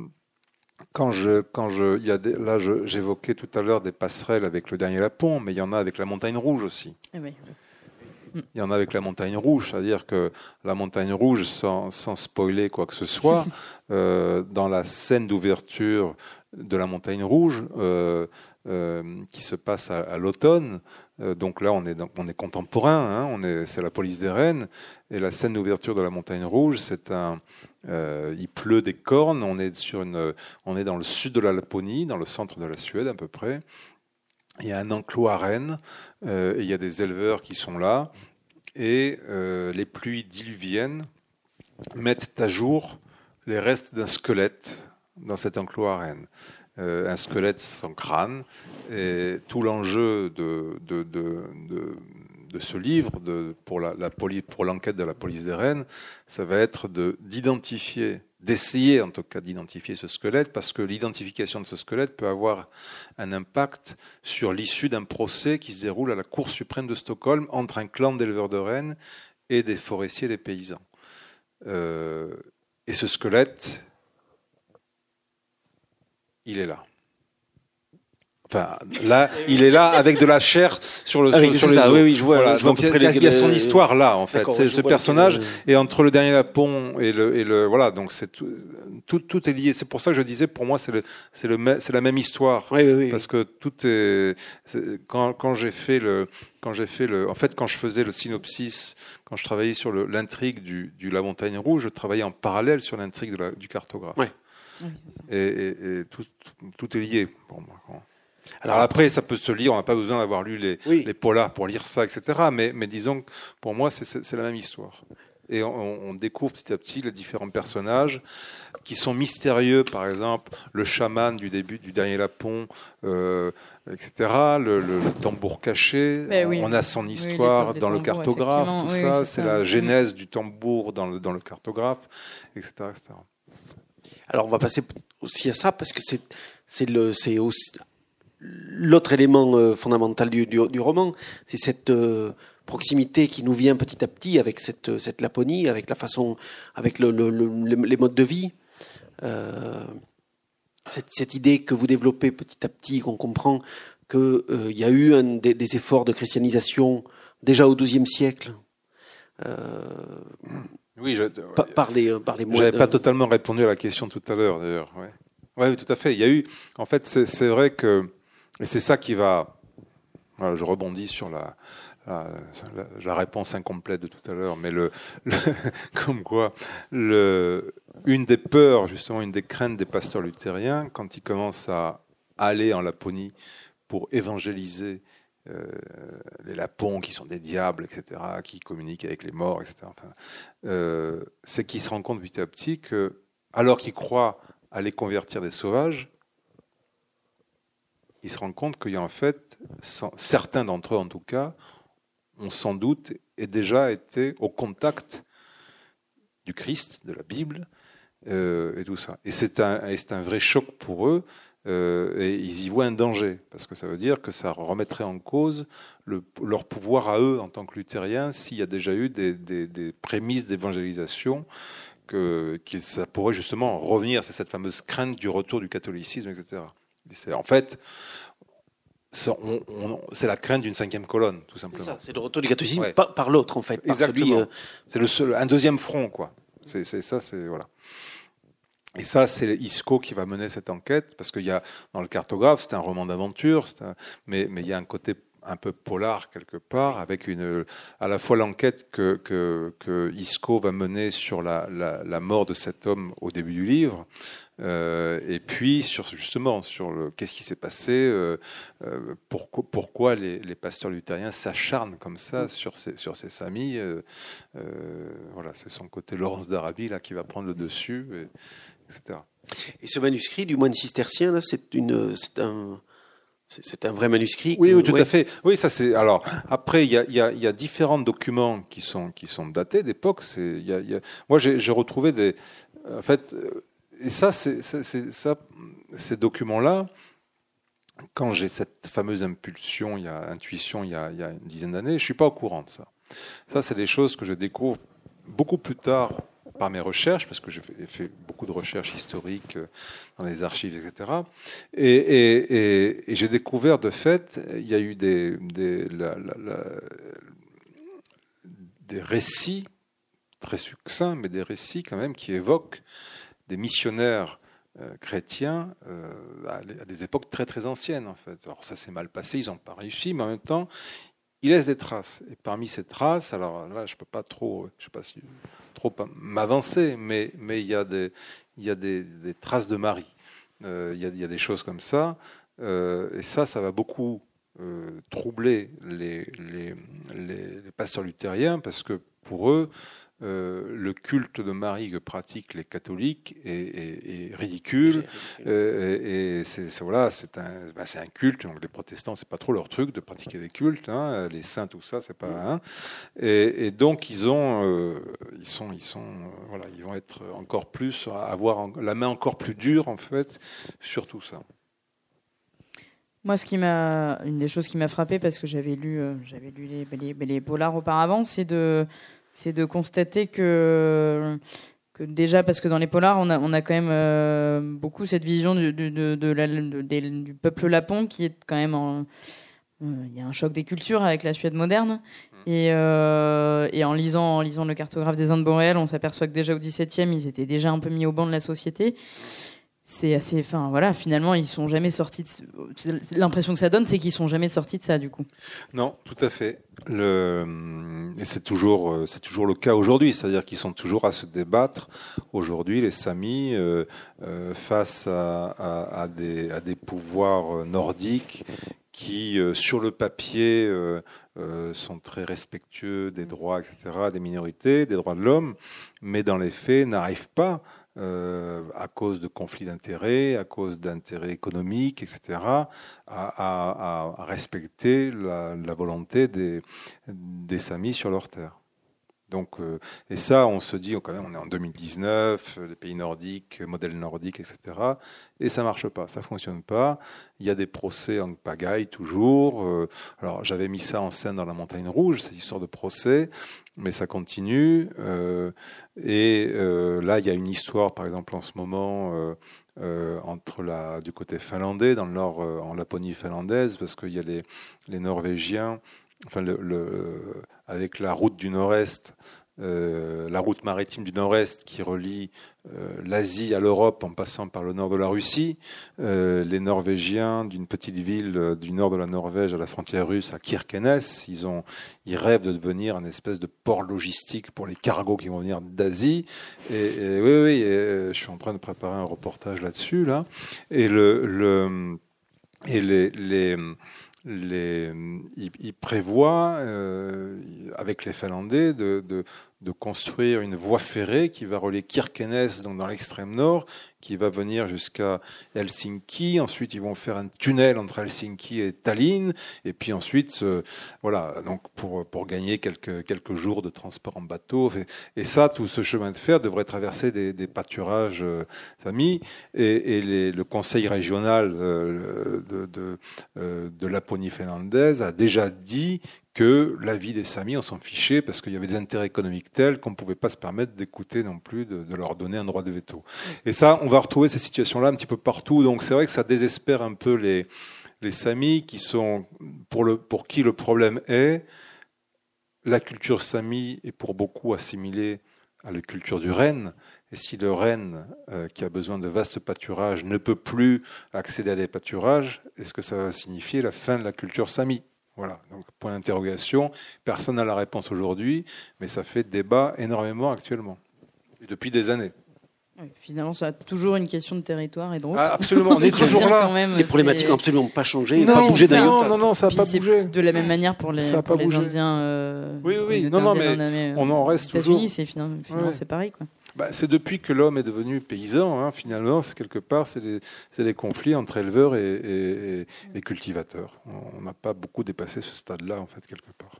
Speaker 3: quand je, quand je, il y a des, là, je, j'évoquais tout à l'heure des passerelles avec le dernier Lapon, mais il y en a avec la Montagne Rouge aussi.
Speaker 4: Eh oui.
Speaker 3: Il y en a avec la Montagne Rouge, c'est-à-dire que la Montagne Rouge, sans, sans spoiler quoi que ce soit, euh, dans la scène d'ouverture de la Montagne Rouge, euh, euh, qui se passe à, à l'automne, euh, donc là on est, dans, on est contemporain, hein, on est, c'est la police des Rennes, et la scène d'ouverture de la Montagne Rouge, c'est un, euh, il pleut des cornes, on est sur une, on est dans le sud de la Laponie, dans le centre de la Suède à peu près. Il y a un enclos à rennes, euh, et il y a des éleveurs qui sont là, et euh, les pluies diluviennes mettent à jour les restes d'un squelette dans cet enclos à rennes. Euh, un squelette sans crâne, et tout l'enjeu de, de, de, de, de ce livre, de, pour, la, la poli, pour l'enquête de la police des Rennes, ça va être de, d'identifier d'essayer en tout cas d'identifier ce squelette, parce que l'identification de ce squelette peut avoir un impact sur l'issue d'un procès qui se déroule à la Cour suprême de Stockholm entre un clan d'éleveurs de rennes et des forestiers et des paysans. Euh, et ce squelette, il est là. Enfin, là, il est là avec de la chair sur le
Speaker 2: avec,
Speaker 3: sur, sur les
Speaker 2: ça,
Speaker 3: os.
Speaker 2: Oui, oui, je vois.
Speaker 3: Voilà.
Speaker 2: Je vois
Speaker 3: donc il y, y a son histoire là, en fait.
Speaker 2: D'accord,
Speaker 3: c'est ce personnage.
Speaker 2: Les...
Speaker 3: Et entre le dernier Lapon et le et le voilà, donc c'est tout, tout tout est lié. C'est pour ça que je disais, pour moi, c'est le c'est le c'est la même histoire.
Speaker 2: Oui, oui, oui.
Speaker 3: Parce que tout est, c'est quand quand j'ai fait le quand j'ai fait le, en fait, quand je faisais le synopsis, quand je travaillais sur le, l'intrigue du du La Montagne Rouge, je travaillais en parallèle sur l'intrigue de la, du cartographe.
Speaker 2: Ouais.
Speaker 4: Oui, c'est ça.
Speaker 3: Et, et, et tout, tout, tout est lié pour moi. Alors après, ça peut se lire, on n'a pas besoin d'avoir lu les,
Speaker 2: Oui.
Speaker 3: les polars pour lire ça, et cetera. Mais, mais disons que pour moi, c'est, c'est, c'est la même histoire. Et on, on découvre petit à petit les différents personnages qui sont mystérieux, par exemple le chaman du début du dernier Lapon, euh, et cetera. Le, le, le tambour caché,
Speaker 4: Ben oui.
Speaker 3: on a son histoire
Speaker 4: Oui, les, les
Speaker 3: dans le
Speaker 4: tambours,
Speaker 3: cartographe, tout
Speaker 4: oui,
Speaker 3: ça,
Speaker 4: oui,
Speaker 3: c'est,
Speaker 4: c'est
Speaker 3: la
Speaker 4: ça.
Speaker 3: genèse du tambour dans le, dans le cartographe, et cetera, et cetera.
Speaker 2: Alors on va passer aussi à ça parce que c'est c'est le c'est aussi l'autre élément euh, fondamental du, du, du roman, c'est cette euh, proximité qui nous vient petit à petit avec cette cette Laponie, avec la façon, avec le, le, le, les modes de vie, euh, cette, cette idée que vous développez petit à petit, qu'on comprend que euh, il y a eu un, des, des efforts de christianisation déjà au douzième siècle. Euh,
Speaker 3: Oui, je,
Speaker 2: par, par les par les moines.
Speaker 3: J'avais pas totalement répondu à la question tout à l'heure, d'ailleurs. Ouais. Ouais, oui, tout à fait. Il y a eu, en fait, c'est, c'est vrai que, et c'est ça qui va. Voilà, je rebondis sur la, la, la, la réponse incomplète de tout à l'heure, mais le, le comme quoi, le, une des peurs, justement, une des craintes des pasteurs luthériens, quand ils commencent à aller en Laponie pour évangéliser euh, les Lapons, qui sont des diables, et cetera, qui communiquent avec les morts, et cetera. Enfin, euh, c'est qu'ils se rendent compte petit à petit que, alors qu'ils croient aller convertir des sauvages, ils se rendent compte qu'il y a en fait, sans, certains d'entre eux en tout cas, ont sans doute et déjà été au contact du Christ, de la Bible, euh, et tout ça. Et c'est un, et c'est un vrai choc pour eux, euh, et ils y voient un danger, parce que ça veut dire que ça remettrait en cause le, leur pouvoir à eux en tant que luthériens, s'il y a déjà eu des, des, des prémices d'évangélisation, que, que ça pourrait justement revenir, c'est cette fameuse crainte du retour du catholicisme, et cetera. C'est, en fait, c'est, on, on, c'est la crainte d'une cinquième colonne, tout simplement.
Speaker 2: C'est ça, c'est le retour du catholicisme
Speaker 3: ouais.
Speaker 2: par, par l'autre, en fait. Par
Speaker 3: Exactement.
Speaker 2: Celui, euh...
Speaker 3: C'est le seul, un deuxième front, quoi. C'est, c'est ça, c'est voilà. Et ça, c'est Isco qui va mener cette enquête, parce qu'il y a dans le cartographe, c'est un roman d'aventure, c'est un, mais mais il y a un côté un peu polar quelque part, avec une à la fois l'enquête que que, que Isco va mener sur la, la la mort de cet homme au début du livre. Euh, et puis sur justement sur le qu'est-ce qui s'est passé, euh, euh, pourquoi, pourquoi les, les pasteurs luthériens s'acharnent comme ça sur ces sur ces familles. Euh, euh, voilà, c'est son côté Laurence d'Arabie là qui va prendre le dessus, et, etc.
Speaker 2: Et ce manuscrit du moine cistercien là, c'est une c'est un c'est, c'est un vrai manuscrit.
Speaker 3: Oui,
Speaker 2: que,
Speaker 3: oui, tout
Speaker 2: ouais.
Speaker 3: à fait. Oui, ça c'est. Alors après, il y a il y a il y a différents documents qui sont qui sont datés d'époque. C'est il y a, il y a moi j'ai j'ai retrouvé des en fait. Et ça, c'est, c'est, c'est, ça, ces documents-là, quand j'ai cette fameuse impulsion, il y a intuition, il y a, il y a une dizaine d'années, je suis pas au courant de ça. Ça, c'est des choses que je découvre beaucoup plus tard par mes recherches, parce que j'ai fait, fait beaucoup de recherches historiques dans les archives, et cetera. Et, et, et, et j'ai découvert, de fait, il y a eu des, des, la, la, la, des récits très succincts, mais des récits quand même qui évoquent des missionnaires euh, chrétiens euh, à, à des époques très très anciennes en fait. Alors ça s'est mal passé, ils n'ont pas réussi, mais en même temps, ils laissent des traces. Et parmi ces traces, alors là, je peux pas trop, je sais pas si trop m'avancer, mais mais il y a des il y a des, des traces de Marie. Euh, il y a il y a des choses comme ça, euh, et ça, ça va beaucoup euh, troubler les les, les les pasteurs luthériens, parce que pour eux, Euh, le culte de Marie que pratiquent les catholiques est, est, est ridicule, euh, et, et c'est, c'est voilà, c'est un, ben c'est un culte. Donc les protestants, c'est pas trop leur truc de pratiquer des cultes, hein, les saints, tout ça, c'est pas. Hein, et, et donc ils ont, euh, ils sont, ils sont, euh, voilà, ils vont être encore plus, avoir la main encore plus dure en fait sur tout ça.
Speaker 4: Moi, ce qui m'a, une des choses qui m'a frappé, parce que j'avais lu, euh, j'avais lu les, les, les polars auparavant, c'est de c'est de constater que, que déjà, parce que dans les polars, on a, on a quand même euh, beaucoup cette vision du, de, de, de la, de, de, du peuple lapon qui est quand même en... Il euh, y a un choc des cultures avec la Suède moderne. Et, euh, et en, lisant, en lisant le cartographe des Indes boréales, on s'aperçoit que déjà au dix-septième, ils étaient déjà un peu mis au banc de la société. c'est assez, enfin voilà, finalement ils sont jamais sortis de, l'impression que ça donne, c'est qu'ils sont jamais sortis de ça du coup.
Speaker 3: Non, tout à fait. Le, et c'est toujours, c'est toujours le cas aujourd'hui, c'est-à-dire qu'ils sont toujours à se débattre aujourd'hui, les Samis, euh, euh, face à, à, à, des, à des pouvoirs nordiques qui, euh, sur le papier, euh, euh, sont très respectueux des droits, et cetera, des minorités, des droits de l'homme, mais dans les faits n'arrivent pas. Euh, à cause de conflits d'intérêts, à cause d'intérêts économiques, et cetera, à, à, à respecter la, la volonté des, des Samis sur leur terre. Donc, euh, et ça, on se dit, quand même, on est en deux mille dix-neuf, les pays nordiques, modèle nordique, et cetera. Et ça marche pas, ça fonctionne pas. Il y a des procès en pagaille toujours. Euh, alors, j'avais mis ça en scène dans La Montagne Rouge, cette histoire de procès, mais ça continue. Euh, et euh, là, il y a une histoire, par exemple, en ce moment. Euh, Euh, entre la, du côté finlandais, dans le nord, euh, en Laponie finlandaise, parce qu'il y a les, les Norvégiens, enfin, le, le, avec la route du Nord-Est, euh, la route maritime du Nord-Est qui relie euh, l'Asie à l'Europe en passant par le nord de la Russie, euh, les Norvégiens d'une petite ville euh, du nord de la Norvège à la frontière russe, à Kirkenes, ils ont, ils rêvent de devenir un espèce de port logistique pour les cargos qui vont venir d'Asie. Et, et oui, oui, et, je suis en train de préparer un reportage là-dessus, là. Et le, le et les, les Les, ils, ils prévoient, euh, avec les Finlandais, de, de, de construire une voie ferrée qui va relier Kirkenes, donc dans l'extrême nord, qui va venir jusqu'à Helsinki. Ensuite, ils vont faire un tunnel entre Helsinki et Tallinn. Et puis ensuite, euh, voilà, donc pour, pour gagner quelques, quelques jours de transport en bateau. Et, et ça, tout ce chemin de fer devrait traverser des, des pâturages euh, samis. Et, et les, le conseil régional euh, de, de, euh, de Laponie finlandaise a déjà dit que la vie des Samis, on s'en fichait parce qu'il y avait des intérêts économiques tels qu'on ne pouvait pas se permettre d'écouter non plus, de, de leur donner un droit de veto. Et ça, on va retrouver ces situations-là un petit peu partout. Donc c'est vrai que ça désespère un peu les, les Samis qui sont, pour, le, pour qui le problème est, la culture Sami est pour beaucoup assimilée à la culture du renne. Et si le renne, euh, qui a besoin de vastes pâturages, ne peut plus accéder à des pâturages, est-ce que ça va signifier la fin de la culture Sami ? Voilà, donc point d'interrogation. Personne n'a la réponse aujourd'hui, mais ça fait débat énormément actuellement, et depuis des années.
Speaker 4: Oui, finalement, ça a toujours une question de territoire et de route.
Speaker 3: Ah, absolument, on est toujours là.
Speaker 2: Même, les problématiques n'ont absolument pas changé,
Speaker 3: non,
Speaker 2: pas bougé d'un
Speaker 3: non,
Speaker 2: iota.
Speaker 3: non, non, ça n'a pas bougé.
Speaker 4: De la même manière pour les, pour les Indiens. Euh,
Speaker 3: oui, oui, non, non, mais en on en reste toujours.
Speaker 4: C'est finalement, finalement ouais. c'est pareil, quoi.
Speaker 3: Bah, c'est depuis que l'homme est devenu paysan, hein, finalement, c'est quelque part, c'est des, c'est des conflits entre éleveurs et, et, et, et cultivateurs. On n'a pas beaucoup dépassé ce stade-là, en fait, quelque part.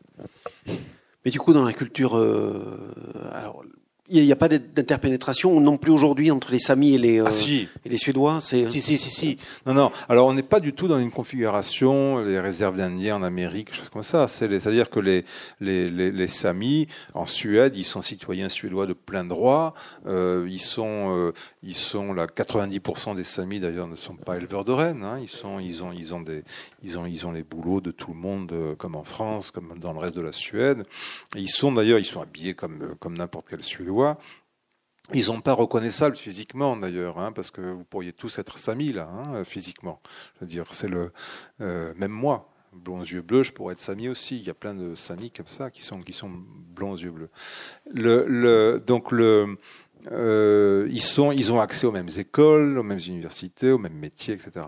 Speaker 2: Mais du coup, dans la culture, euh, alors, il n'y a, a pas d'interpénétration non plus aujourd'hui entre les Samis et les, euh,
Speaker 3: ah, si.
Speaker 2: et les Suédois. C'est...
Speaker 3: Si, si, si, si. Non, non. Alors, on n'est pas du tout dans une configuration, les réserves d'Indiens en Amérique, choses comme ça. C'est les, c'est-à-dire que les, les, les, les Samis, en Suède, ils sont citoyens suédois de plein droit. Euh, ils sont, euh, ils sont là, quatre-vingt-dix pour cent des Samis, d'ailleurs, ne sont pas éleveurs de rennes, hein. Ils sont, ils ont, ils ont des, ils ont, ils ont les boulots de tout le monde, euh, comme en France, comme dans le reste de la Suède. Et ils sont, d'ailleurs, ils sont habillés comme, comme n'importe quel Suédois. Ils sont pas reconnaissables physiquement d'ailleurs, hein, parce que vous pourriez tous être Samis là, hein, physiquement. Je veux dire, c'est le euh, même moi, blond aux yeux bleus, je pourrais être Sami aussi. Il y a plein de Samis comme ça qui sont qui sont blonds aux yeux bleus. Le, le donc le Euh, ils sont, ils ont accès aux mêmes écoles, aux mêmes universités, aux mêmes métiers, et cetera.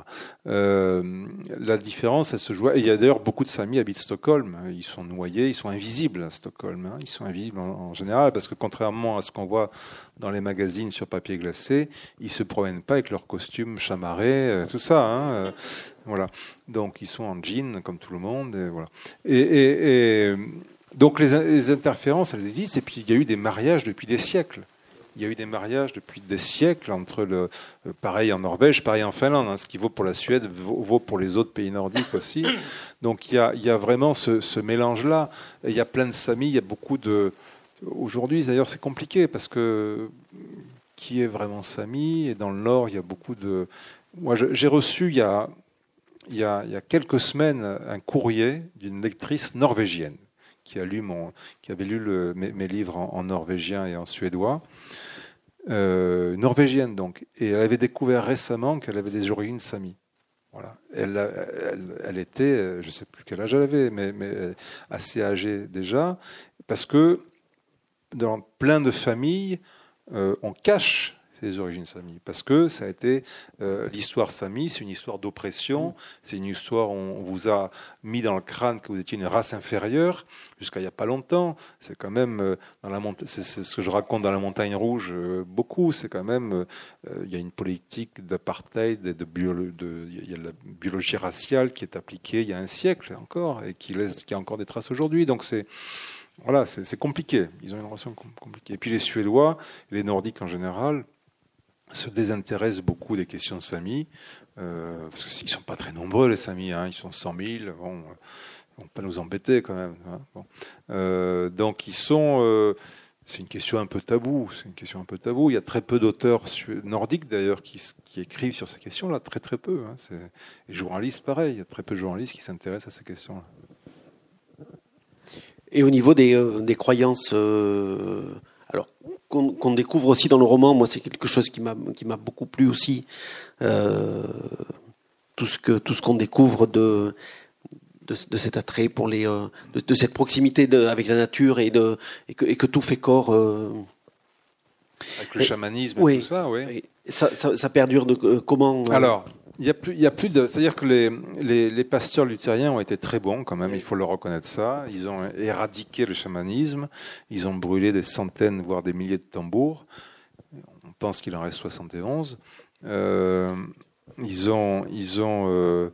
Speaker 3: Euh, la différence, elle se joue. Et il y a d'ailleurs beaucoup de Samis habitent Stockholm. Ils sont noyés, ils sont invisibles à Stockholm. Hein. Ils sont invisibles en, en général parce que contrairement à ce qu'on voit dans les magazines sur papier glacé, ils se promènent pas avec leurs costumes chamarrés, euh, tout ça. Hein. Euh, voilà. Donc ils sont en jean comme tout le monde. Et voilà. Et, et, et donc les, les interférences, elles existent. Et puis il y a eu des mariages depuis des siècles. Il y a eu des mariages depuis des siècles entre le euh, pareil en Norvège, pareil en Finlande. Hein, ce qui vaut pour la Suède vaut, vaut pour les autres pays nordiques aussi. Donc il y a, il y a vraiment ce, ce mélange-là. Et il y a plein de Samis. Il y a beaucoup de. Aujourd'hui, d'ailleurs, c'est compliqué parce que qui est vraiment Sami ? Et dans le Nord, il y a beaucoup de. Moi, je, j'ai reçu il y a il y a il y a quelques semaines un courrier d'une lectrice norvégienne qui a lu mon, qui avait lu le, mes, mes livres en, en norvégien et en suédois. euh, norvégienne donc, et elle avait découvert récemment qu'elle avait des origines samis. Voilà. Elle, elle, elle était, je ne sais plus quel âge elle avait, mais, mais assez âgée déjà, parce que dans plein de familles, euh, on cache ses origines samis, parce que ça a été euh, l'histoire sami, c'est une histoire d'oppression, c'est une histoire où on vous a mis dans le crâne que vous étiez une race inférieure jusqu'à il n'y a pas longtemps. C'est quand même euh, dans la monta- c'est, c'est ce que je raconte dans la Montagne Rouge euh, beaucoup. C'est quand même euh, il y a une politique d'apartheid, et de, biolo- de il y a la biologie raciale qui est appliquée il y a un siècle encore et qui laisse qui a encore des traces aujourd'hui. Donc c'est voilà, c'est, c'est compliqué. Ils ont une relation compliquée. Et puis les Suédois, les Nordiques en général, se désintéressent beaucoup des questions de Sami, euh, parce qu'ils ne sont pas très nombreux, les Samis, hein, ils sont cent mille, bon, ils ne vont pas nous embêter quand même. Hein, bon. euh, donc ils sont... Euh, c'est une question un peu taboue, c'est une question un peu taboue. Il y a très peu d'auteurs nordiques d'ailleurs qui, qui écrivent sur ces questions-là, très très peu. Hein, c'est, les journalistes, pareil, il y a très peu de journalistes qui s'intéressent à ces questions-là.
Speaker 2: Et au niveau des, euh, des croyances... Euh... Alors, qu'on, qu'on découvre aussi dans le roman, moi, c'est quelque chose qui m'a, qui m'a beaucoup plu aussi. Euh, tout ce que, tout ce qu'on découvre de, de, de cet attrait pour les, euh, de, de cette proximité de, avec la nature et de, et que, et que tout fait corps. Euh,
Speaker 3: avec le et, chamanisme et
Speaker 2: oui,
Speaker 3: tout ça, oui.
Speaker 2: Ça, ça, ça perdure de euh, comment euh,
Speaker 3: Alors. Il y a plus, il y a plus de, c'est-à-dire que les, les, les pasteurs luthériens ont été très bons quand même, il faut leur reconnaître ça. Ils ont éradiqué le chamanisme, ils ont brûlé des centaines, voire des milliers de tambours. On pense qu'il en reste soixante et onze. Euh, ils ont, ils ont, euh,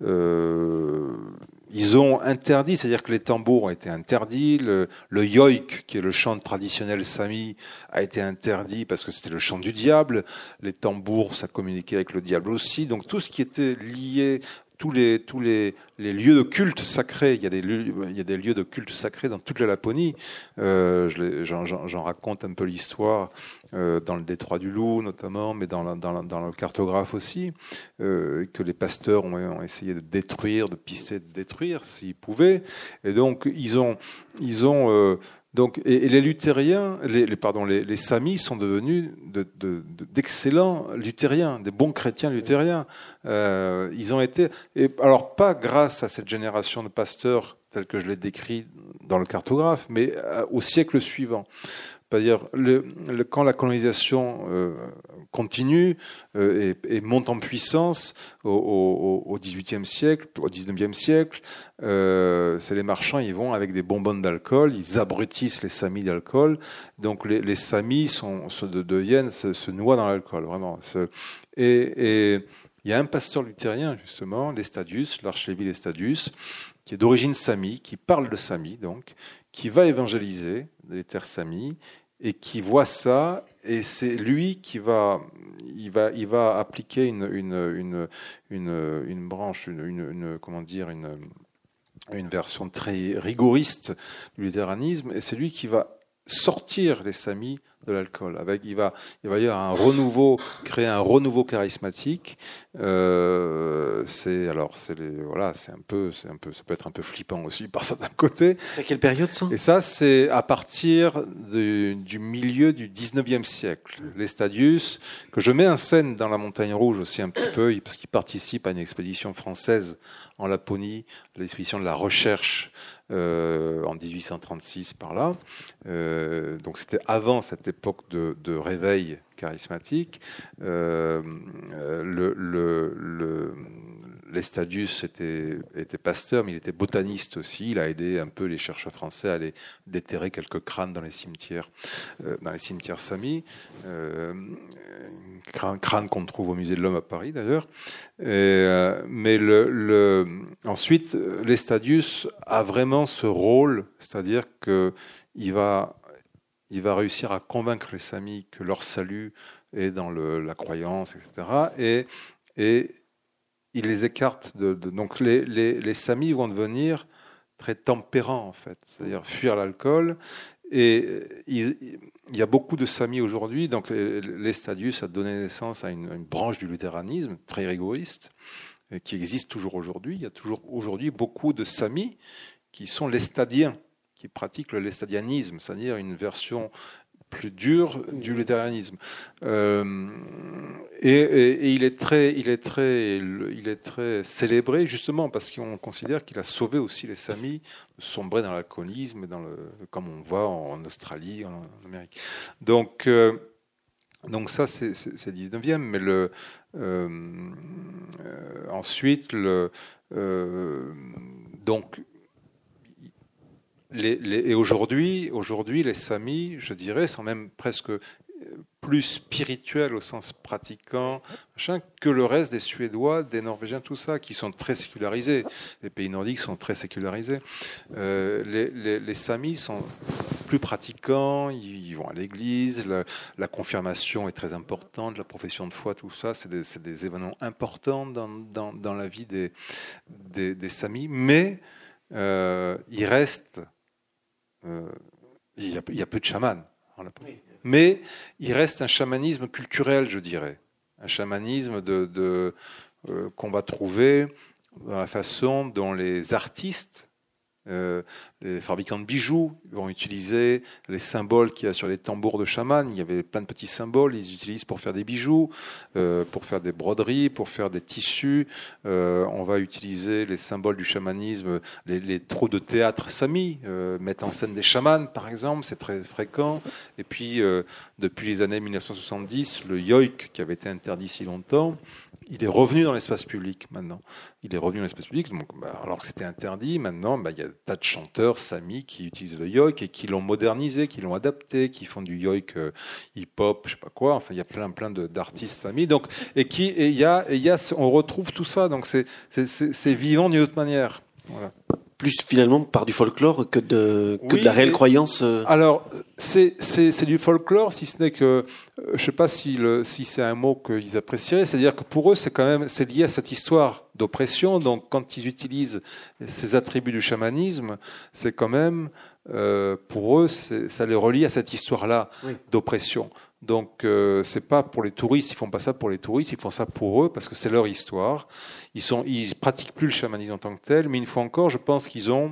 Speaker 3: euh, ils ont interdit, c'est-à-dire que les tambours ont été interdits, le, le yoik, qui est le chant traditionnel sami, a été interdit parce que c'était le chant du diable. Les tambours, ça communiquait avec le diable aussi. Donc tout ce qui était lié, tous les tous les, les lieux de culte sacrés, il y a des lieux, il y a des lieux de culte sacrés dans toute la Laponie. Euh, je les, j'en, j'en, j'en raconte un peu l'histoire euh, dans le détroit du Loup notamment, mais dans, la, dans, la, dans le cartographe aussi, euh, que les pasteurs ont, ont essayé de détruire, de pister, de détruire s'ils pouvaient. Et donc ils ont ils ont euh, Donc, et, et les luthériens, les, les pardon, les, les samis sont devenus de, de, de, d'excellents luthériens, des bons chrétiens luthériens. Euh, ils ont été, et alors pas grâce à cette génération de pasteurs telle que je l'ai décrit dans le cartographe, mais au siècle suivant. C'est-à-dire, le, le, quand la colonisation euh, continue euh, et, et monte en puissance au, au, au dix-huitième siècle, au dix-neuvième siècle, euh, c'est les marchands, ils vont avec des bonbonnes d'alcool, ils abrutissent les samis d'alcool. Donc les, les samis sont, se deviennent, se, se noient dans l'alcool, vraiment. Et, et il y a un pasteur luthérien, justement, l'Estadius, l'archevêque l'Estadius, qui est d'origine sami, qui parle de sami, donc, qui va évangéliser les terres samis et qui voit ça, et c'est lui qui va, il va, il va appliquer une, une, une, une, une branche, une, une, une, comment dire, une, une version très rigoriste du luthéranisme, et c'est lui qui va sortir les samis de l'alcool. Avec, il va, il va y avoir un renouveau, créer un renouveau charismatique. Euh, c'est alors, c'est les, voilà, c'est un peu, c'est un peu, ça peut être un peu flippant aussi par certains côtés.
Speaker 2: C'est à quelle période ça ?
Speaker 3: Et ça, c'est à partir de, du milieu du dix-neuvième siècle. L'Estadius, que je mets en scène dans la Montagne Rouge aussi un petit peu, parce qu'il participe à une expédition française en Laponie, l'expédition de la recherche. Euh, en dix-huit cent trente-six par là, euh, donc c'était avant cette époque de, de réveil charismatique. Euh, le, le, le, l'Estadius était, était pasteur, mais il était botaniste aussi. Il a aidé un peu les chercheurs français à aller déterrer quelques crânes dans les cimetières, euh, dans les cimetières samis. Euh, crâne, crâne qu'on trouve au musée de l'Homme à Paris d'ailleurs. Et, euh, mais le, le, ensuite, l'Estadius a vraiment ce rôle, c'est-à-dire que il va il va réussir à convaincre les samis que leur salut est dans le, la croyance, et cetera. Et, et il les écarte de, de donc les, les, les samis vont devenir très tempérants en fait, c'est-à-dire fuir l'alcool. Et il, il y a beaucoup de samis aujourd'hui, donc l'Estadius a donné naissance à une, une branche du luthéranisme très rigoriste qui existe toujours aujourd'hui. Il y a toujours aujourd'hui beaucoup de samis qui sont lestadiens, qui pratiquent le lestadianisme, c'est-à-dire une version plus dur du luthérianisme. Euh, et, et, et il est très, il est très, il est très célébré justement parce qu'on considère qu'il a sauvé aussi les Samis de sombrer dans l'alcoolisme, dans le, comme on voit en Australie, en, en Amérique. Donc, euh, donc ça c'est, c'est, c'est dix-neuvième, mais le euh, euh, ensuite le euh, donc Les, les, et aujourd'hui, aujourd'hui, les Samis, je dirais, sont même presque plus spirituels au sens pratiquant machin, que le reste des Suédois, des Norvégiens, tout ça, qui sont très sécularisés. Les pays nordiques sont très sécularisés. Euh, les, les, les Samis sont plus pratiquants, ils, ils vont à l'église, la, la confirmation est très importante, la profession de foi, tout ça, c'est des, c'est des événements importants dans, dans, dans la vie des, des, des Samis, mais euh, il reste Euh, il, y a, il y a peu de chamans, mais il reste un chamanisme culturel, je dirais, un chamanisme de, de, euh, qu'on va trouver dans la façon dont les artistes, euh, les fabricants de bijoux vont utiliser les symboles qu'il y a sur les tambours de chaman. Il y avait plein de petits symboles, ils utilisent pour faire des bijoux, euh, pour faire des broderies, pour faire des tissus. Euh, on va utiliser les symboles du chamanisme, les, les troupes de théâtre Sami euh, mettent en scène des chamans, par exemple, c'est très fréquent. Et puis, euh, depuis les années mille neuf cent soixante-dix, le yoik, qui avait été interdit si longtemps, il est revenu dans l'espace public maintenant. Il est revenu dans l'espace public, donc, bah, alors que c'était interdit, maintenant, bah, il y a un tas de chanteurs Sami qui utilisent le yoik et qui l'ont modernisé, qui l'ont adapté, qui font du yoik euh, hip-hop, je sais pas quoi. Enfin, il y a plein, plein de, d'artistes Sami. Donc, et qui, et il y a, et il y a, on retrouve tout ça. Donc, c'est, c'est, c'est, c'est vivant d'une autre manière. Voilà.
Speaker 2: Plus finalement par du folklore que de, que
Speaker 3: oui,
Speaker 2: de la réelle
Speaker 3: mais,
Speaker 2: croyance. Euh...
Speaker 3: Alors, c'est, c'est, c'est du folklore, si ce n'est que, euh, je sais pas si, le, si c'est un mot qu'ils apprécieraient, c'est-à-dire que pour eux, c'est quand même, c'est lié à cette histoire d'oppression. Donc, quand ils utilisent ces attributs du chamanisme, c'est quand même, euh, pour eux, c'est, ça les relie à cette histoire-là oui. d'oppression. Donc, euh, c'est pas pour les touristes, ils font pas ça pour les touristes, ils font ça pour eux parce que c'est leur histoire. Ils sont, ils pratiquent plus le chamanisme en tant que tel, mais une fois encore, je pense qu'ils ont,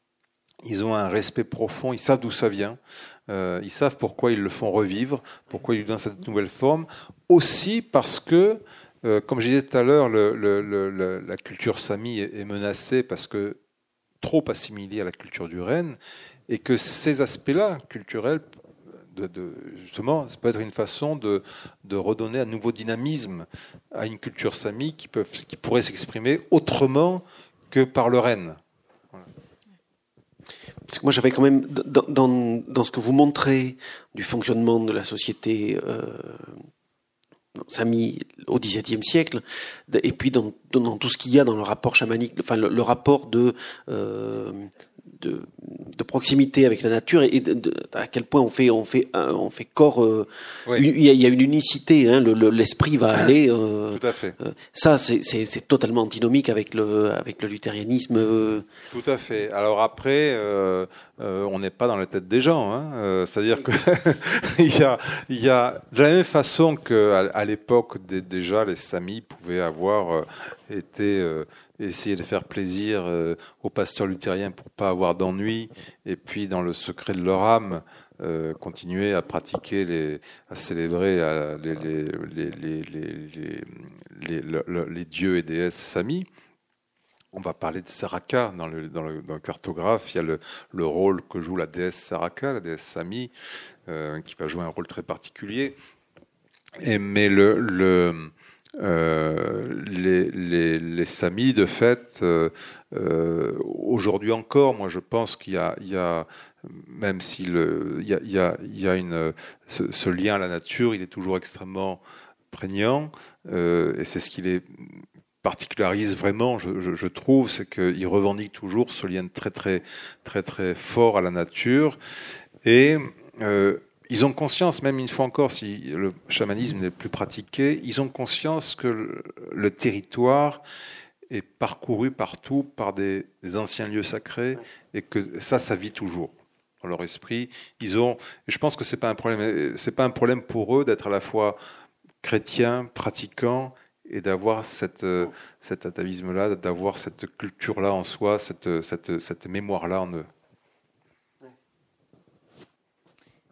Speaker 3: ils ont un respect profond, ils savent d'où ça vient, euh, ils savent pourquoi ils le font revivre, pourquoi ils lui donnent cette nouvelle forme. Aussi parce que, euh, comme je disais tout à l'heure, le, le, le, la culture Sami est, est menacée parce que trop assimilée à la culture du Renne, et que ces aspects-là culturels De, de, justement, ça peut être une façon de, de redonner un nouveau dynamisme à une culture Sami qui, peut, qui pourrait s'exprimer autrement que par le Renne. Voilà.
Speaker 2: Parce que moi, j'avais quand même, dans, dans, dans ce que vous montrez du fonctionnement de la société euh, Sami au dix-septième siècle, et puis dans, dans tout ce qu'il y a dans le rapport chamanique, enfin le, le rapport de... Euh, De, de proximité avec la nature et de, de, à quel point on fait on fait on fait corps euh,
Speaker 3: oui.
Speaker 2: il y a, il y a une unicité hein, le, le, l'esprit va aller euh,
Speaker 3: tout à fait
Speaker 2: euh, ça c'est, c'est c'est totalement antinomique avec le avec le luthérianisme euh.
Speaker 3: Tout à fait. Alors après euh, euh, on n'est pas dans la tête des gens hein. euh, c'est-à-dire que il y a il y a de la même façon que à, à l'époque des, déjà les Samis pouvaient avoir euh, été euh, essayer de faire plaisir euh, aux pasteurs luthériens pour pas avoir d'ennui, et puis dans le secret de leur âme, euh, continuer à pratiquer, les, à célébrer à, les, les, les, les, les, les, les, les dieux et déesses Sami. On va parler de Saraka dans le, dans le, dans le cartographe. Il y a le, le rôle que joue la déesse Saraka, la déesse Sami, euh, qui va jouer un rôle très particulier. Et, mais le... le Euh, les, les, les Samis, de fait, euh, euh, aujourd'hui encore, moi je pense qu'il y a, il y a même si le, il y a, il y a, il y a une, ce, ce lien à la nature, il est toujours extrêmement prégnant, euh, et c'est ce qui les particularise vraiment, je, je, je trouve, c'est qu'ils revendiquent toujours ce lien très très très très fort à la nature, et euh, ils ont conscience, même une fois encore, si le chamanisme n'est plus pratiqué, ils ont conscience que le, le territoire est parcouru partout par des, des anciens lieux sacrés et que ça, ça vit toujours dans leur esprit. Ils ont, et je pense que c'est pas un problème, c'est pas un problème pour eux d'être à la fois chrétiens, pratiquants, et d'avoir cette, cet atavisme-là, d'avoir cette culture-là en soi, cette, cette, cette mémoire-là en eux.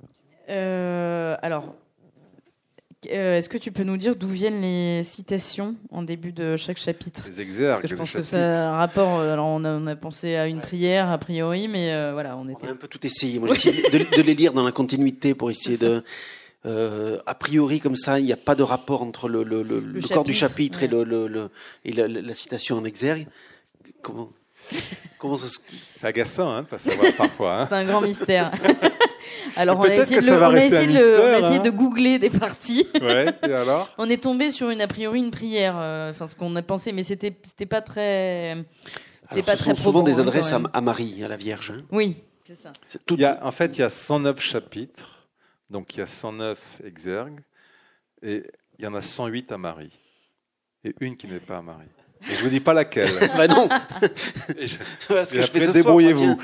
Speaker 4: Euh, alors, euh, est-ce que tu peux nous dire d'où viennent les citations en début de chaque chapitre ?
Speaker 3: Les exergues.
Speaker 4: Parce que je pense que
Speaker 3: chapitres.
Speaker 4: ça a un rapport. Alors, on a, on a pensé à une ouais. prière a priori, mais euh, voilà, on était.
Speaker 2: On a un peu tout essayé. Moi, j'ai essayé de, de les lire dans la continuité pour essayer de. Euh, a priori, comme ça, il n'y a pas de rapport entre le, le, le, le, le corps du chapitre ouais. et, le, le, le, et la, la, la citation en exergue. Comment, comment ça se...
Speaker 3: C'est agaçant, hein, de pas savoir parfois. Hein.
Speaker 4: C'est un grand mystère. Alors, on a essayé, de, le, on a essayé, mystère, le, on a essayé hein. de googler des parties.
Speaker 3: Ouais, et alors
Speaker 4: on est tombé sur une, a priori, une prière. Enfin, euh, ce qu'on a pensé, mais c'était, c'était pas très. C'était
Speaker 2: alors,
Speaker 4: pas
Speaker 2: ce
Speaker 4: très
Speaker 2: sont souvent des
Speaker 4: hein,
Speaker 2: adresses à, à Marie, à la Vierge. Hein.
Speaker 4: Oui, c'est ça.
Speaker 3: C'est tout... il y a, en fait, il y a cent neuf chapitres. Donc il y a cent neuf exergues et il y en a cent huit à Marie et une qui n'est pas à Marie. Et je vous dis pas laquelle.
Speaker 2: Bah non.
Speaker 3: Et je,
Speaker 2: Parce que
Speaker 3: et
Speaker 2: je
Speaker 3: après,
Speaker 2: fais ce
Speaker 3: débrouillez-vous.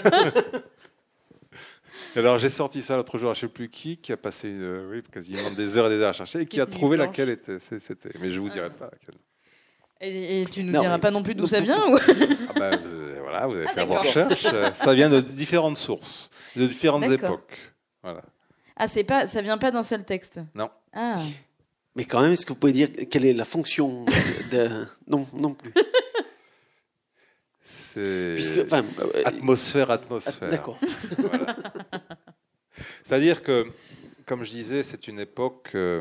Speaker 3: Alors j'ai sorti ça l'autre jour à je sais plus qui qui a passé une, oui, quasiment des heures et des heures à chercher et qui a trouvé blanche. Laquelle était. C'était. Mais je vous dirai pas laquelle.
Speaker 4: Et, et tu nous non, diras mais... pas non plus d'où ça vient ou
Speaker 3: ah ben, euh, voilà, vous allez ah, faire vos recherches. Ça vient de différentes sources, de différentes d'accord. époques. Voilà.
Speaker 4: Ah, c'est pas, ça vient pas d'un seul texte.
Speaker 3: Non.
Speaker 4: Ah.
Speaker 2: Mais quand même, est-ce que vous pouvez dire quelle est la fonction de... Non, non plus.
Speaker 3: C'est
Speaker 2: Puisque, enfin, euh,
Speaker 3: atmosphère, atmosphère.
Speaker 2: D'accord.
Speaker 3: Voilà. C'est-à-dire que, comme je disais, c'est une époque. Euh,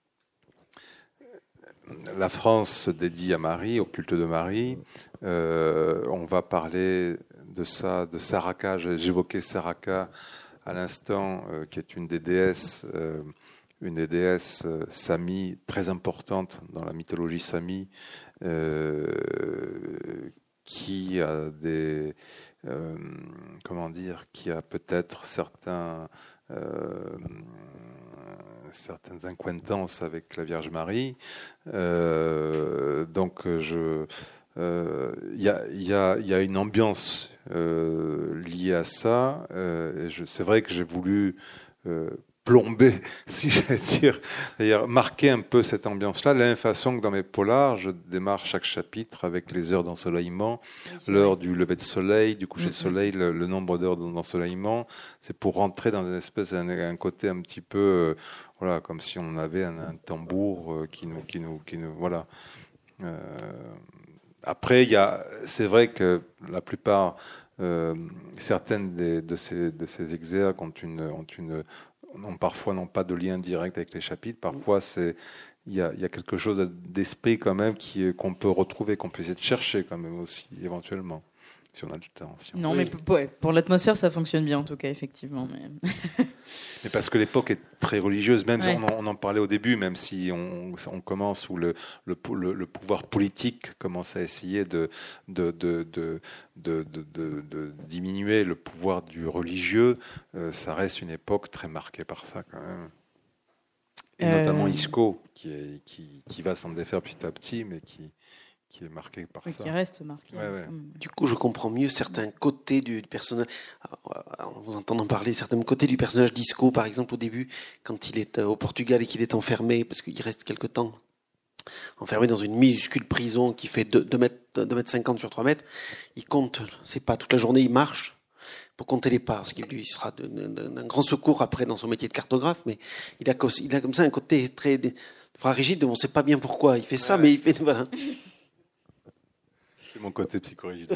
Speaker 3: la France se dédie à Marie, au culte de Marie. Euh, on va parler de ça, de Saraka. J'évoquais Saraka à l'instant, euh, qui est une des déesses, euh, une des déesses euh, Sami très importante dans la mythologie Sami, euh, qui a des, euh, comment dire, qui a peut-être certains, euh, certaines accointances avec la Vierge Marie. Euh, donc, je il euh, y, a, y, a, y a une ambiance euh, liée à ça. Euh, et je, c'est vrai que j'ai voulu euh, plomber, si j'allais dire, c'est-à-dire marquer un peu cette ambiance-là, de la même façon que dans mes polars, je démarre chaque chapitre avec les heures d'ensoleillement, oui, l'heure vrai. Du lever de soleil, du coucher mm-hmm. de soleil, le, le nombre d'heures d'ensoleillement. C'est pour rentrer dans une espèce, un, un côté un petit peu, euh, voilà, comme si on avait un, un tambour euh, qui nous, qui nous, qui nous, voilà. Euh, Après, il y a, c'est vrai que la plupart, euh, certaines des, de ces de ces exergues ont une, ont une, ont parfois n'ont pas de lien direct avec les chapitres. Parfois, c'est, il y a, il y a quelque chose d'esprit quand même qui qu'on peut retrouver, qu'on peut essayer de chercher quand même aussi éventuellement, si on a du temps. Si
Speaker 4: non,
Speaker 3: peut.
Speaker 4: mais pour, ouais, pour l'atmosphère, ça fonctionne bien en tout cas, effectivement. Mais,
Speaker 3: mais parce que l'époque est très religieuse, même
Speaker 4: ouais.
Speaker 3: on, en, on en parlait au début, même si on, on commence où le, le, le, le pouvoir politique commence à essayer de, de, de, de, de, de, de, de diminuer le pouvoir du religieux, euh, ça reste une époque très marquée par ça quand même. Et euh... notamment Isco, qui, est, qui, qui va s'en défaire petit à petit, mais qui... qui est marqué par
Speaker 4: oui,
Speaker 3: ça.
Speaker 4: Qui reste marqué.
Speaker 3: Ouais, ouais.
Speaker 2: Du coup, je comprends mieux certains côtés du personnage. En vous entendant parler, certains côtés du personnage d'Isco, par exemple, au début, quand il est au Portugal et qu'il est enfermé, parce qu'il reste quelque temps enfermé dans une minuscule prison qui fait deux mètres cinquante sur trois mètres, il compte, c'est pas toute la journée, il marche pour compter les pas, parce qu'il lui sera d'un grand secours après dans son métier de cartographe, mais il a, il a comme ça un côté très fragile, on ne sait pas bien pourquoi il fait ça, ouais. mais il fait, voilà.
Speaker 3: C'est mon côté psychorigide.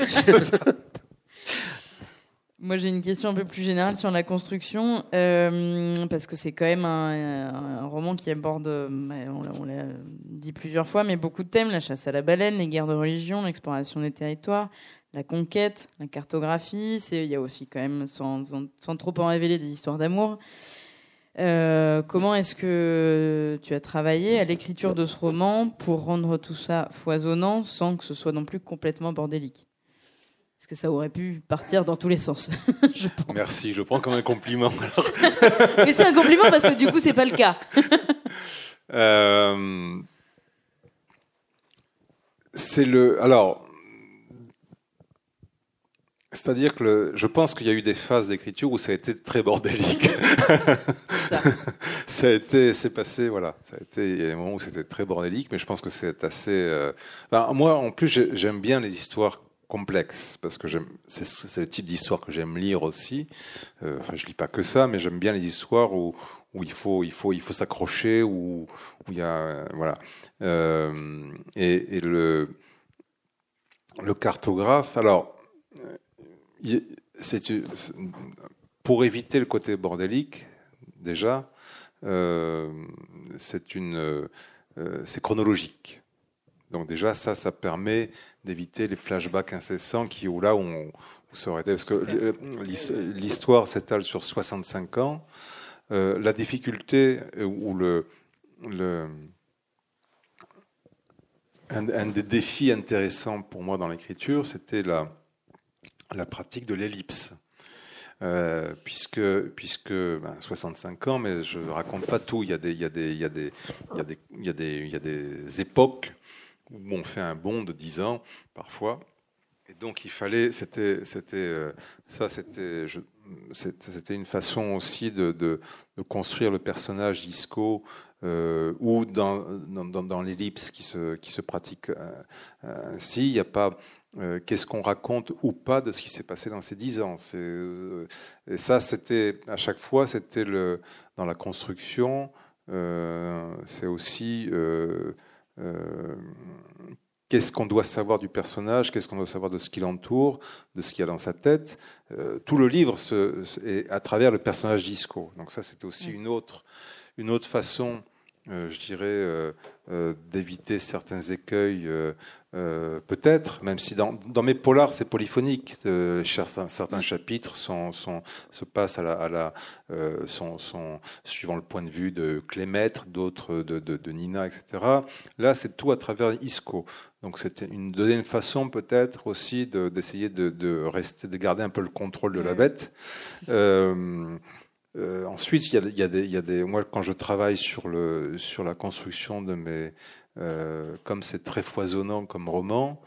Speaker 4: Moi, j'ai une question un peu plus générale sur la construction, euh, parce que c'est quand même un, un roman qui aborde, on l'a dit plusieurs fois, mais beaucoup de thèmes, la chasse à la baleine, les guerres de religion, l'exploration des territoires, la conquête, la cartographie. C'est, il y a aussi quand même, sans, sans, sans trop en révéler, des histoires d'amour. Euh, comment est-ce que tu as travaillé à l'écriture de ce roman pour rendre tout ça foisonnant sans que ce soit non plus complètement bordélique ? Parce que ça aurait pu partir dans tous les sens, je pense.
Speaker 3: Merci, je prends comme un compliment. Alors.
Speaker 4: Mais c'est un compliment parce que du coup, c'est pas le cas.
Speaker 3: euh, c'est le... Alors... C'est-à-dire que le, je pense qu'il y a eu des phases d'écriture où ça a été très bordélique. Ça. ça a été, c'est passé, voilà. Ça a été, il y a des moments où c'était très bordélique, mais je pense que c'est assez. Euh, ben, moi, en plus, j'aime bien les histoires complexes, parce que j'aime, c'est, c'est le type d'histoire que j'aime lire aussi. Euh, enfin, je lis pas que ça, mais j'aime bien les histoires où, où il faut, il faut, il faut s'accrocher, où, où il y a, euh, voilà. Euh, et, et le, le cartographe, alors, c'est, c'est pour éviter le côté bordélique, déjà, euh, c'est une, euh, c'est chronologique. Donc déjà, ça, ça permet d'éviter les flashbacks incessants qui, ou là où on où ça aurait été, parce que l'histoire s'étale sur soixante-cinq ans. Euh, la difficulté ou le, le un, un des défis intéressants pour moi dans l'écriture, c'était la la pratique de l'ellipse. Euh, puisque puisque ben, soixante-cinq ans, mais je raconte pas tout. Il y a des il y a des il y a des il y a des il y a des il y a des époques où on fait un bond de dix ans parfois, et donc il fallait, c'était c'était euh, ça c'était je, c'était une façon aussi de, de, de construire le personnage d'Isco, euh, ou dans dans, dans l'ellipse qui se qui se pratique euh, ainsi. Il n'y a pas Euh, qu'est-ce qu'on raconte ou pas de ce qui s'est passé dans ces dix ans. C'est, euh, et ça, c'était à chaque fois, c'était le, dans la construction, euh, c'est aussi euh, euh, qu'est-ce qu'on doit savoir du personnage, qu'est-ce qu'on doit savoir de ce qui l'entoure, de ce qu'il y a dans sa tête. Euh, tout le livre se, se, est à travers le personnage d'Isco. Donc ça, c'était aussi une autre, une autre façon, euh, je dirais, euh, euh, d'éviter certains écueils. Euh, Euh, peut-être, même si dans, dans mes polars c'est polyphonique, euh, certains chapitres sont, sont, se passent à la, à la, euh, sont, sont suivant le point de vue de Clémêtre, d'autres de, de, de Nina, et cetera. Là, c'est tout à travers Isco. Donc, c'était une deuxième façon peut-être aussi de, d'essayer de, de rester, de garder un peu le contrôle de la bête. Euh, Euh, ensuite, il y a, il y a des, il y a des. Moi, quand je travaille sur le sur la construction de mes, euh, comme c'est très foisonnant comme roman,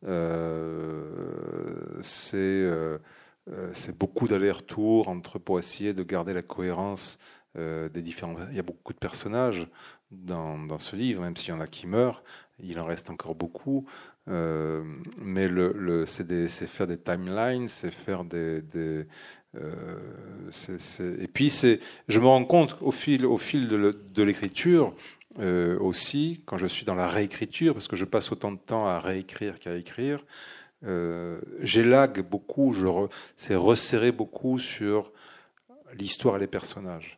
Speaker 3: euh, c'est euh, c'est beaucoup d'allers-retours entre pour essayer de garder la cohérence euh, des différents. Il y a beaucoup de personnages dans dans ce livre, même s'il y en a qui meurent, il en reste encore beaucoup. Euh, mais le, le c'est, des, c'est faire des timelines, c'est faire des, des Euh, c'est, c'est... Et puis, c'est... je me rends compte au fil, au fil de, le, de l'écriture euh, aussi, quand je suis dans la réécriture, parce que je passe autant de temps à réécrire qu'à écrire, euh, j'élague beaucoup, je re... c'est resserré beaucoup sur l'histoire et les personnages.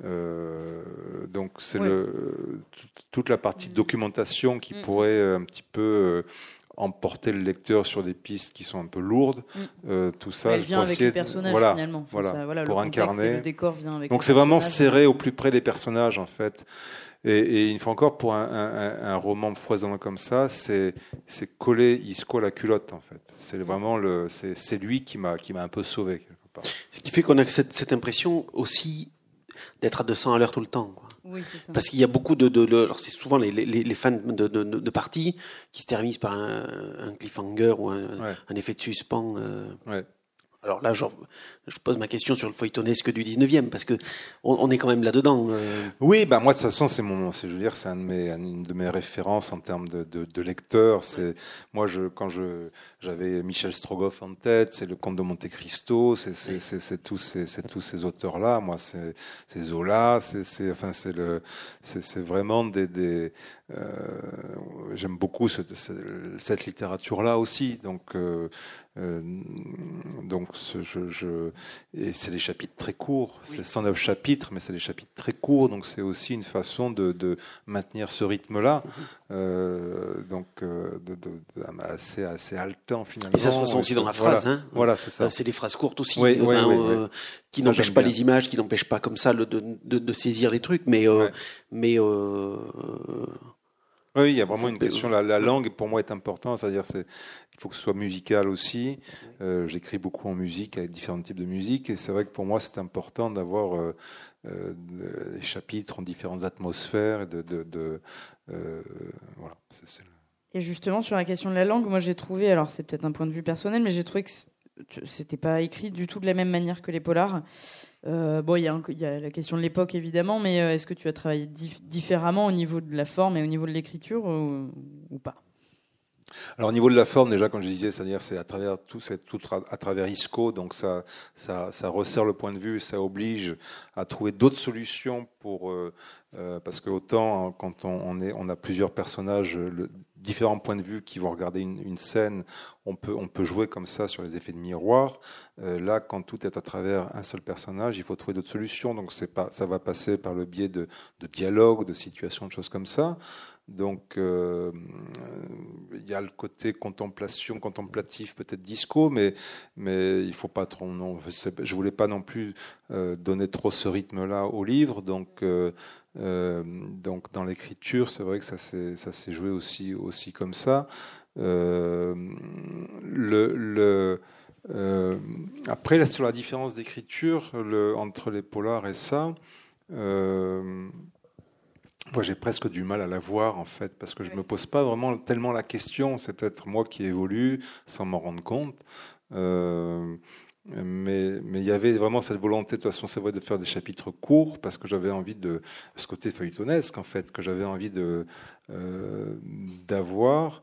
Speaker 3: Euh, donc, c'est oui. le, toute la partie de documentation qui mmh. pourrait un petit peu... Euh, emporter le lecteur sur des pistes qui sont un peu lourdes, mm. euh, tout ça.
Speaker 4: Elle vient avec le personnage
Speaker 3: voilà,
Speaker 4: finalement. Enfin,
Speaker 3: voilà,
Speaker 4: ça, voilà,
Speaker 3: pour
Speaker 4: le
Speaker 3: incarner.
Speaker 4: Le décor vient avec.
Speaker 3: Donc c'est vraiment serré au plus près des personnages en fait. Et, et une fois encore, pour un, un, un roman foisonnant comme ça, c'est, c'est coller Isco à la culotte en fait. C'est vraiment le, c'est, c'est lui qui m'a, qui m'a un peu sauvé quelque part.
Speaker 2: Ce qui fait qu'on a cette, cette impression aussi d'être à deux cents à l'heure tout le temps, quoi.
Speaker 4: Oui, c'est ça.
Speaker 2: Parce qu'il y a beaucoup de, de, de alors c'est souvent les, les, les fans de, de, de parties qui se terminent par un, un cliffhanger ou un, ouais. un effet de suspens. Euh.
Speaker 3: Ouais.
Speaker 2: Alors là, genre, je pose ma question sur le feuilletonesque du dix-neuvième, parce que on, on est quand même là-dedans. Euh.
Speaker 3: Oui, bah moi de toute façon, c'est mon, c'est, je veux dire, c'est un de mes, une de mes références en termes de, de, de lecteur. C'est moi, je, quand je, j'avais Michel Strogoff en tête, c'est le Comte de Monte Cristo, c'est, c'est, oui. c'est, c'est tous ces, c'est tous ces auteurs-là. Moi, c'est, c'est Zola, c'est, c'est, enfin, c'est le, c'est, c'est vraiment des, des euh, j'aime beaucoup ce, ce, cette littérature-là aussi. Donc, euh, euh, donc, ce, je, je, et c'est des chapitres très courts. Oui. C'est cent neuf chapitres, mais c'est des chapitres très courts. Donc, c'est aussi une façon de, de maintenir ce rythme-là. Mm-hmm. Euh, donc, euh, de, de, de, assez, assez haletant finalement.
Speaker 2: Et ça se ressent aussi dans la phrase.
Speaker 3: Voilà,
Speaker 2: hein.
Speaker 3: voilà c'est ça.
Speaker 2: C'est des phrases courtes aussi,
Speaker 3: oui,
Speaker 2: euh,
Speaker 3: oui,
Speaker 2: ben,
Speaker 3: oui,
Speaker 2: euh,
Speaker 3: oui.
Speaker 2: qui
Speaker 3: ça,
Speaker 2: n'empêchent pas
Speaker 3: bien.
Speaker 2: les images, qui n'empêchent pas comme ça le, de, de, de saisir les trucs, mais, euh,
Speaker 3: ouais.
Speaker 2: mais. Euh,
Speaker 3: Oui, il y a vraiment une question. La, la langue, pour moi, est importante. C'est-à-dire, c'est, il faut que ce soit musical aussi. Euh, j'écris beaucoup en musique, avec différents types de musique. Et c'est vrai que pour moi, c'est important d'avoir euh, euh, des chapitres en différentes atmosphères. Et de, de, de, euh, voilà, c'est, c'est...
Speaker 4: Et justement, sur la question de la langue, moi, j'ai trouvé, alors c'est peut-être un point de vue personnel, mais j'ai trouvé que c'était pas écrit du tout de la même manière que les polars. Euh, bon, il y, y a la question de l'époque évidemment, mais euh, est-ce que tu as travaillé dif- différemment au niveau de la forme et au niveau de l'écriture ou, ou pas ?
Speaker 3: Alors au niveau de la forme, déjà, comme je disais, c'est-à-dire c'est à travers tout, c'est tout à travers ISCO, donc ça, ça, ça resserre le point de vue, ça oblige à trouver d'autres solutions pour, euh, euh, parce que autant quand on, on est, on a plusieurs personnages, le, différents points de vue qui vont regarder une, une scène, on peut, on peut jouer comme ça sur les effets de miroir. Euh, là, quand tout est à travers un seul personnage, il faut trouver d'autres solutions. Donc c'est pas, ça va passer par le biais de, de dialogues, de situations, de choses comme ça. Donc, euh, il y a le côté contemplation, contemplatif, peut-être disco, mais mais il faut pas trop. Non, je voulais pas non plus euh, donner trop ce rythme-là au livre. Donc, euh, euh, donc dans l'écriture, c'est vrai que ça s'est ça s'est joué aussi aussi comme ça. Euh, le le euh, après, là, sur la différence d'écriture le, entre les polars et ça. Euh, Moi, j'ai presque du mal à la voir, en fait, parce que je me pose pas vraiment tellement la question. C'est peut-être moi qui évolue sans m'en rendre compte. Euh, mais mais il y avait vraiment cette volonté, de toute façon, c'est vrai, de faire des chapitres courts, parce que j'avais envie de ce côté feuilletonesque, en fait, que j'avais envie de euh, d'avoir.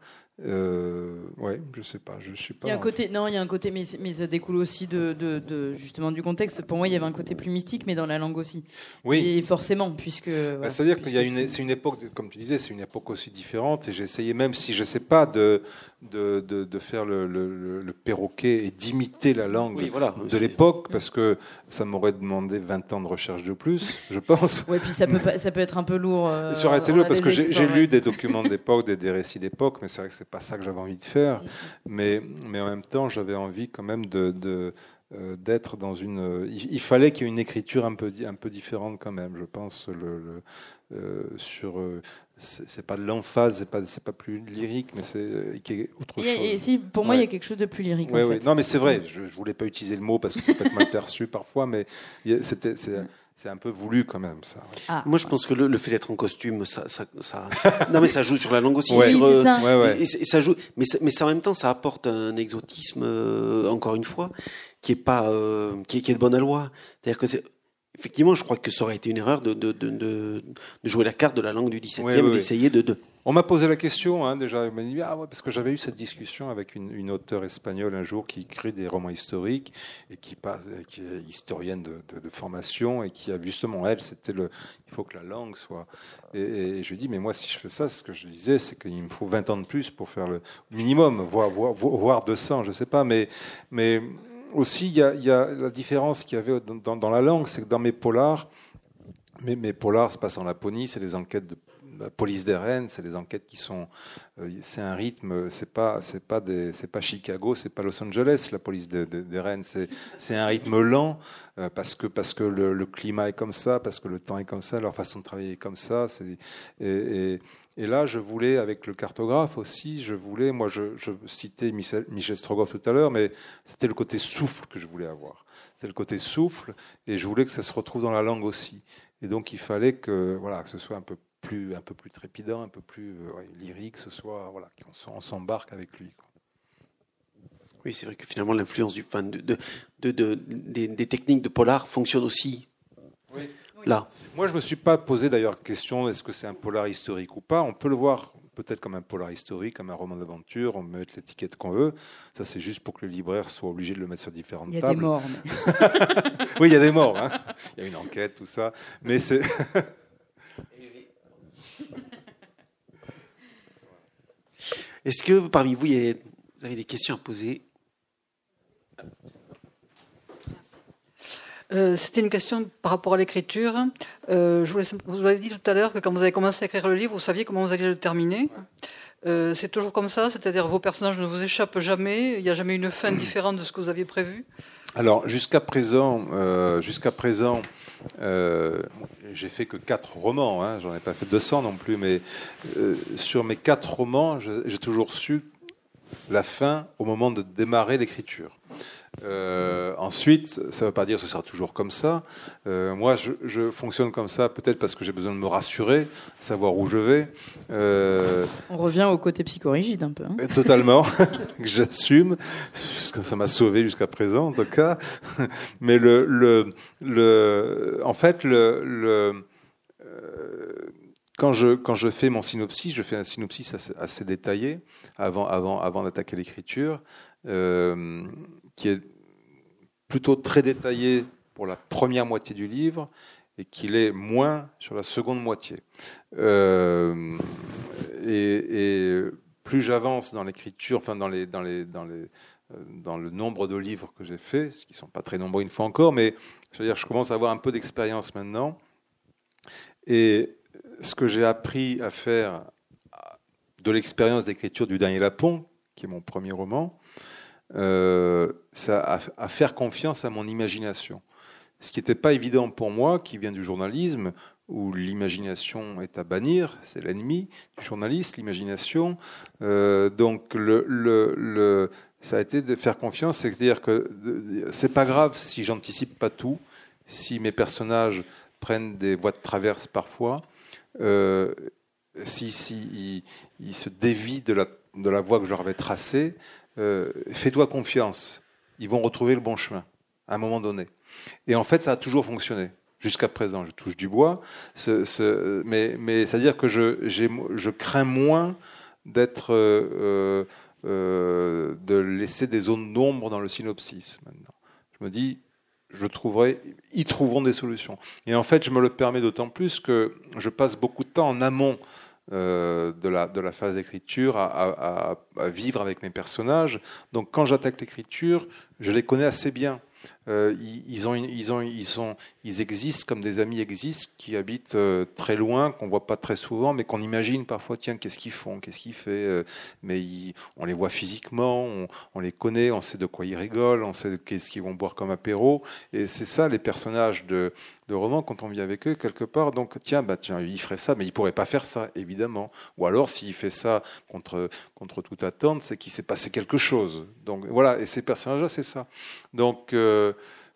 Speaker 3: Euh, ouais, je sais pas, je suis pas.
Speaker 4: Il y a un côté, non, il y a un côté, mais, mais ça découle aussi de, de, de justement du contexte. Pour moi, il y avait un côté plus mystique, mais dans la langue aussi.
Speaker 3: Oui.
Speaker 4: Et forcément, puisque.
Speaker 3: Bah,
Speaker 4: voilà,
Speaker 3: c'est-à-dire
Speaker 4: puisque
Speaker 3: qu'il y a une, c'est une époque, comme tu disais, c'est une époque aussi différente. Et j'ai essayé, même si je sais pas, de de, de, de faire le, le, le perroquet et d'imiter la langue
Speaker 2: Oui, voilà.
Speaker 3: de l'époque, parce que ça m'aurait demandé vingt ans de recherche de plus, je pense.
Speaker 4: Ouais, puis ça peut pas, ça peut être un peu lourd. Euh,
Speaker 3: Ça aurait été
Speaker 4: on
Speaker 3: lourd
Speaker 4: a
Speaker 3: parce
Speaker 4: des
Speaker 3: que j'ai,
Speaker 4: exemples,
Speaker 3: j'ai
Speaker 4: ouais.
Speaker 3: lu des documents d'époque, des, des récits d'époque, mais c'est vrai que c'est pas ça que j'avais envie de faire. Mais, mais en même temps, j'avais envie quand même de, de euh, d'être dans une. Euh, il, il fallait qu'il y ait une écriture un peu, un peu différente quand même. Je pense le, le euh, sur. Euh, c'est, c'est pas de l'emphase, c'est pas, c'est pas plus lyrique, mais c'est euh, qu'il y ait autre
Speaker 4: Et,
Speaker 3: chose.
Speaker 4: et si, pour moi,
Speaker 3: Ouais.
Speaker 4: il y a quelque chose de plus lyrique.
Speaker 3: Ouais,
Speaker 4: en
Speaker 3: ouais.
Speaker 4: fait.
Speaker 3: Non, mais c'est vrai. Je, je voulais pas utiliser le mot parce que ça peut être mal perçu parfois, mais il y a- c'était, c'est, c'est un peu voulu quand même ça. Ouais.
Speaker 4: Ah.
Speaker 2: Moi, je pense que le, le fait d'être en costume, ça, ça, ça, non mais ça joue sur la langue aussi.
Speaker 3: Ouais.
Speaker 2: sur,
Speaker 4: Oui, c'est
Speaker 2: euh,
Speaker 4: ça.
Speaker 3: Ouais, ouais.
Speaker 2: Et, et ça joue, mais, ça- mais ça, en même temps, ça apporte un exotisme, euh, encore une fois, qui est pas, euh, qui, est, qui est de bonne aloi. C'est-à-dire que c'est, effectivement, je crois que ça aurait été une erreur de, de, de, de, de jouer la carte de la langue du dix-septième,
Speaker 3: Ouais, ouais, ouais.
Speaker 2: d'essayer de, de.
Speaker 3: On m'a posé la question, hein, déjà, il m'a dit, ah ouais, parce que j'avais eu cette discussion avec une, une auteure espagnole un jour qui écrit des romans historiques et qui, passe, qui est historienne de, de, de formation et qui a justement, elle, c'était le, il faut que la langue soit. Et, et je lui dis, mais moi, si je fais ça, ce que je disais, c'est qu'il me faut vingt ans de plus pour faire le minimum, voire, voire, voire deux cents, je sais pas, mais, mais aussi, il y a, il y a la différence qu'il y avait dans, dans, dans la langue, c'est que dans mes polars, mes, mes polars se passent en Laponie, c'est des enquêtes de la police des Rennes, c'est des enquêtes qui sont, euh, c'est un rythme, c'est pas, c'est pas des, c'est pas Chicago, c'est pas Los Angeles, la police des, des, des Rennes, c'est, c'est un rythme lent euh, parce que parce que le, le climat est comme ça, parce que le temps est comme ça, leur façon de travailler est comme ça, c'est et, et et là, je voulais, avec le cartographe aussi, je voulais, moi, je, je citais Michel, Michel Strogoff tout à l'heure, mais c'était le côté souffle que je voulais avoir. C'est le côté souffle, et je voulais que ça se retrouve dans la langue aussi. Et donc, il fallait que, voilà, que ce soit un peu plus, un peu plus trépidant, un peu plus euh, ouais, lyrique, ce soit, voilà, qu'on s'embarque avec lui, quoi.
Speaker 2: Oui, c'est vrai que finalement, l'influence du, enfin, de, de, de, de des, des techniques de polar fonctionne aussi.
Speaker 3: Oui.
Speaker 2: Là.
Speaker 3: Moi, je me suis pas posé d'ailleurs la question est-ce que c'est un polar historique ou pas. On peut le voir peut-être comme un polar historique, comme un roman d'aventure. On met l'étiquette qu'on veut. Ça, c'est juste pour que le libraire soit obligé de le mettre sur différentes tables.
Speaker 4: Il y a des morts. Mais...
Speaker 3: Oui, il y a des morts. Hein. Il y a une enquête, tout ça. Mais c'est.
Speaker 2: Est-ce que parmi vous, il y a, vous avez des questions à poser?
Speaker 5: Euh, C'était une question par rapport à l'écriture. Euh, je voulais, vous avez dit tout à l'heure que quand vous avez commencé à écrire le livre, vous saviez comment vous alliez le terminer. Euh, c'est toujours comme ça, c'est-à-dire vos personnages ne vous échappent jamais, il n'y a jamais une fin différente de ce que vous aviez prévu.
Speaker 3: Alors jusqu'à présent, euh, jusqu'à présent, euh, j'ai fait que quatre romans. Hein, j'en ai pas fait deux cents non plus, mais euh, sur mes quatre romans, j'ai toujours su la fin au moment de démarrer l'écriture. Euh, ensuite, ça ne veut pas dire que ce sera toujours comme ça. Euh, moi, je, je fonctionne comme ça, peut-être parce que j'ai besoin de me rassurer, savoir où je vais. Euh,
Speaker 4: On revient au côté psychorigide un peu. Hein.
Speaker 3: Totalement, que j'assume. Ça m'a sauvé jusqu'à présent, en tout cas. Mais le, le, le, en fait, le, le, euh, quand je, quand je fais mon synopsis, je fais un synopsis assez, assez détaillé avant, avant, avant d'attaquer l'écriture, euh, qui est plutôt très détaillé pour la première moitié du livre et qu'il est moins sur la seconde moitié. Euh, et, et plus j'avance dans l'écriture, enfin dans les, dans les, dans les, dans le nombre de livres que j'ai faits, ce qui ne sont pas très nombreux une fois encore, mais je veux dire, je commence à avoir un peu d'expérience maintenant. Et ce que j'ai appris à faire de l'expérience d'écriture du Dernier Lapon, qui est mon premier roman, euh, c'est à, à faire confiance à mon imagination. Ce qui n'était pas évident pour moi, qui vient du journalisme, où l'imagination est à bannir, c'est l'ennemi du journaliste, l'imagination. Euh, donc, le, le, le, ça a été de faire confiance, c'est-à-dire que c'est pas grave si j'anticipe pas tout, si mes personnages prennent des voies de traverse parfois, euh, si, si ils, ils se dévient de la, de la voie que je leur avais tracée, euh, fais-toi confiance, ils vont retrouver le bon chemin à un moment donné. Et en fait, ça a toujours fonctionné. Jusqu'à présent, je touche du bois, ce, ce, mais, mais c'est-à-dire que je, j'ai, je crains moins d'être, euh, euh, de laisser des zones d'ombre dans le synopsis. Maintenant, je me dis, je trouverai, ils trouveront des solutions. Et en fait, je me le permets d'autant plus que je passe beaucoup de temps en amont euh, de la de la phase d'écriture à, à, à vivre avec mes personnages. Donc, quand j'attaque l'écriture, je les connais assez bien. Euh, ils, ils, ont, ils, ont, ils, sont, ils existent comme des amis existent, qui habitent euh, très loin, qu'on voit pas très souvent, mais qu'on imagine parfois, tiens, qu'est-ce qu'ils font, qu'est-ce qu'ils font, euh, mais ils, on les voit physiquement, on, on les connaît, on sait de quoi ils rigolent, on sait qu'est-ce qu'ils vont boire comme apéro, et c'est ça les personnages de, de romans quand on vit avec eux quelque part. Donc tiens, bah tiens, il ferait ça, mais il pourrait pas faire ça, évidemment. Ou alors s'il fait ça contre contre toute attente, c'est qu'il s'est passé quelque chose. Donc voilà, et ces personnages-là, c'est ça. Donc euh,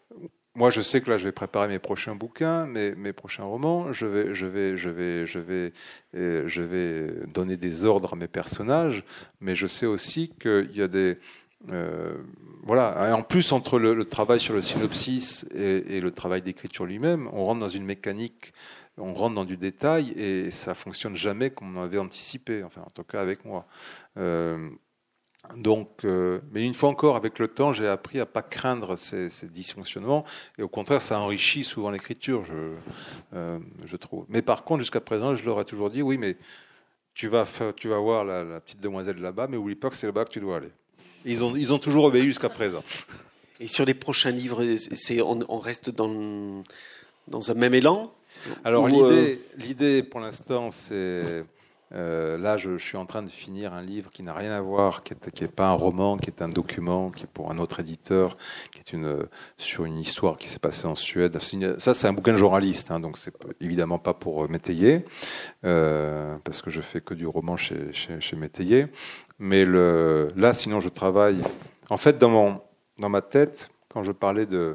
Speaker 3: moi, je sais que là, je vais préparer mes prochains bouquins, mes, mes prochains romans. Je vais, je vais, je vais, je vais, euh, je vais donner des ordres à mes personnages, mais je sais aussi qu'il y a des Euh, voilà. Et en plus, entre le, le travail sur le synopsis et, et le travail d'écriture lui-même, on rentre dans une mécanique, on rentre dans du détail et ça fonctionne jamais comme on avait anticipé, enfin en tout cas avec moi. Euh, donc, euh, mais une fois encore, avec le temps, j'ai appris à pas craindre ces, ces dysfonctionnements et au contraire, ça enrichit souvent l'écriture, je, euh, je trouve. Mais par contre, jusqu'à présent, je leur ai toujours dit, oui, mais tu vas, faire, tu vas voir la, la petite demoiselle là-bas, mais oublie pas que c'est là-bas que tu dois aller. Ils ont, ils ont toujours obéi jusqu'à présent.
Speaker 2: Et sur les prochains livres, c'est, on, on reste dans, dans un même élan ?
Speaker 3: Alors,
Speaker 2: Ou
Speaker 3: l'idée,
Speaker 2: euh...
Speaker 3: l'idée, pour l'instant, c'est... Euh, là, je, je suis en train de finir un livre qui n'a rien à voir, qui n'est qui est pas un roman, qui est un document, qui est pour un autre éditeur, qui est une, sur une histoire qui s'est passée en Suède. Ça, c'est un bouquin de journaliste, hein, donc c'est évidemment pas pour Métayer, euh, parce que je fais que du roman chez, chez, chez Métayer. Mais le, là, sinon, je travaille... En fait, dans, mon, dans ma tête, quand je parlais de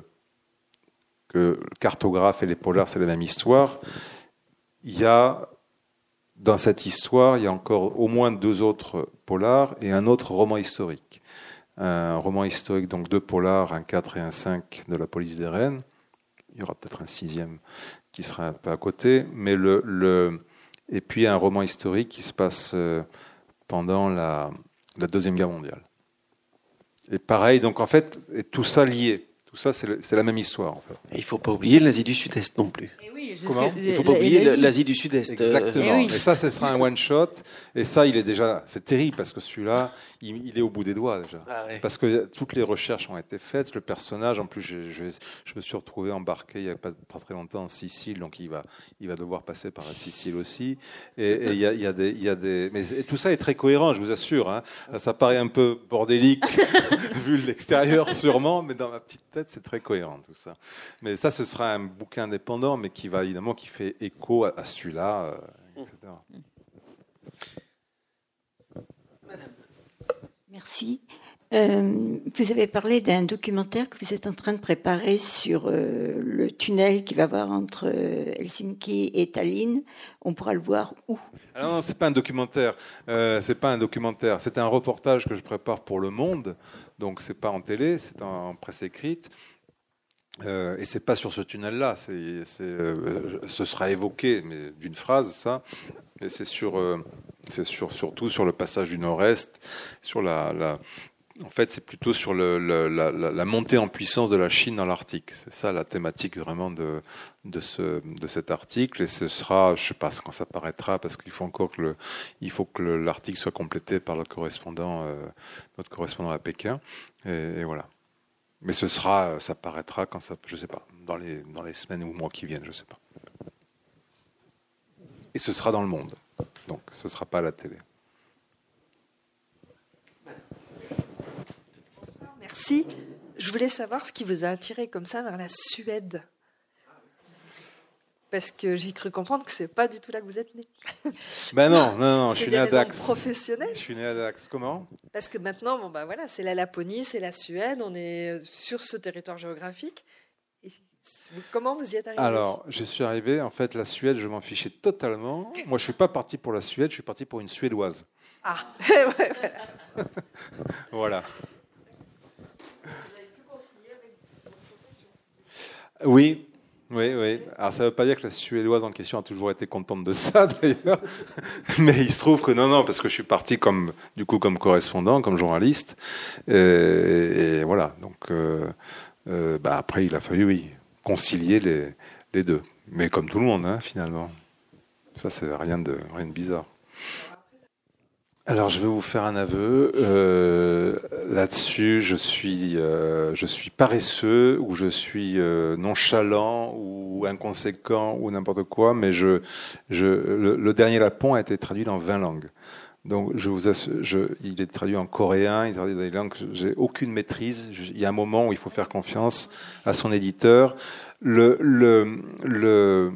Speaker 3: que le cartographe et les polars, c'est la même histoire, il y a... Dans cette histoire, il y a encore au moins deux autres polars et un autre roman historique. Un roman historique, donc deux polars, un quatre et un cinq de la police des Rennes. Il y aura peut-être un sixième qui sera un peu à côté. Mais le, le... Et puis un roman historique qui se passe pendant la, la Deuxième Guerre mondiale. Et pareil, donc en fait, et tout ça lié. Tout ça, c'est, le, c'est la même histoire. En fait.
Speaker 2: Et il ne faut pas oublier l'Asie du Sud-Est non plus.
Speaker 4: Et oui,
Speaker 3: Comment
Speaker 4: que,
Speaker 2: il ne faut pas oublier l'Asie, l'Asie du Sud-Est.
Speaker 3: Exactement.
Speaker 4: Et, oui.
Speaker 3: Et ça, ce sera un one-shot. Et ça, il est déjà... C'est terrible parce que celui-là, il, il est au bout des doigts déjà. Ah ouais. Parce que toutes les recherches ont été faites. Le personnage, en plus, je, je, je me suis retrouvé embarqué il n'y a pas, pas très longtemps en Sicile. Donc, il va, il va devoir passer par la Sicile aussi. Et, et il, y a, il, y a des, il y a des... Mais tout ça est très cohérent, je vous assure. Hein. Ça paraît un peu bordélique vu l'extérieur sûrement, mais dans ma petite tête, c'est très cohérent. Tout ça. Mais ça, ce sera un bouquin indépendant, mais qui va évidemment qui fait écho à, à celui-là, euh, et cetera.
Speaker 6: Madame. Merci. Euh, vous avez parlé d'un documentaire que vous êtes en train de préparer sur euh, le tunnel qu'il va y avoir entre euh, Helsinki et Tallinn. On pourra le voir où ?
Speaker 3: Alors non, c'est pas un documentaire. Euh, c'est pas un documentaire. C'est un reportage que je prépare pour Le Monde. Donc c'est pas en télé, c'est en, en presse écrite. Euh, et c'est pas sur ce tunnel-là. C'est, c'est, euh, ce sera évoqué, mais d'une phrase, ça. Mais c'est sur, euh, c'est sur, surtout sur le passage du Nord-Est, sur la, la. En fait, c'est plutôt sur le, le, la, la montée en puissance de la Chine dans l'Arctique. C'est ça la thématique vraiment de, de, ce, de cet article. Et ce sera, je sais pas quand ça paraîtra, parce qu'il faut encore que le, il faut que le, l'article soit complété par le correspondant, euh, notre correspondant à Pékin. Et, et voilà. Mais ce sera, ça paraîtra quand ça, je sais pas, dans les, dans les semaines ou mois qui viennent, je sais pas. Et ce sera dans le monde. Donc, ce sera pas à la télé.
Speaker 7: Merci. Je voulais savoir ce qui vous a attiré comme ça vers la Suède. Parce que j'ai cru comprendre que c'est pas du tout là que vous êtes né.
Speaker 3: Ben non, non, non, je suis né à Dax.
Speaker 7: C'est des raisons professionnelles.
Speaker 3: Je suis né à Dax. Comment ?
Speaker 7: Parce que maintenant, bon bah voilà, c'est la Laponie, c'est la Suède, on est sur ce territoire géographique. Et comment vous y êtes arrivé ?
Speaker 3: Alors, je suis arrivé, en fait, la Suède, je m'en fichais totalement. Moi, je suis pas parti pour la Suède, je suis parti pour une Suédoise.
Speaker 7: Ah, ouais, voilà.
Speaker 3: Voilà. Oui, oui, oui. Alors ça ne veut pas dire que la Suédoise en question a toujours été contente de ça, d'ailleurs. Mais il se trouve que non, non, parce que je suis parti comme, du coup, comme correspondant, comme journaliste. Et, et voilà. Donc, euh, euh, bah après, il a fallu, oui, concilier les, les deux. Mais comme tout le monde, hein, finalement. Ça, c'est rien de, rien de bizarre. Alors, je vais vous faire un aveu. Euh, là-dessus, je suis, euh, je suis paresseux, ou je suis euh, nonchalant, ou inconséquent, ou n'importe quoi. Mais je, je, le, le dernier Lapon a été traduit dans vingt langues. Donc, je vous assure, je, il est traduit en coréen, il est traduit dans des langues. J'ai aucune maîtrise. Je, il y a un moment où il faut faire confiance à son éditeur. Le, le, le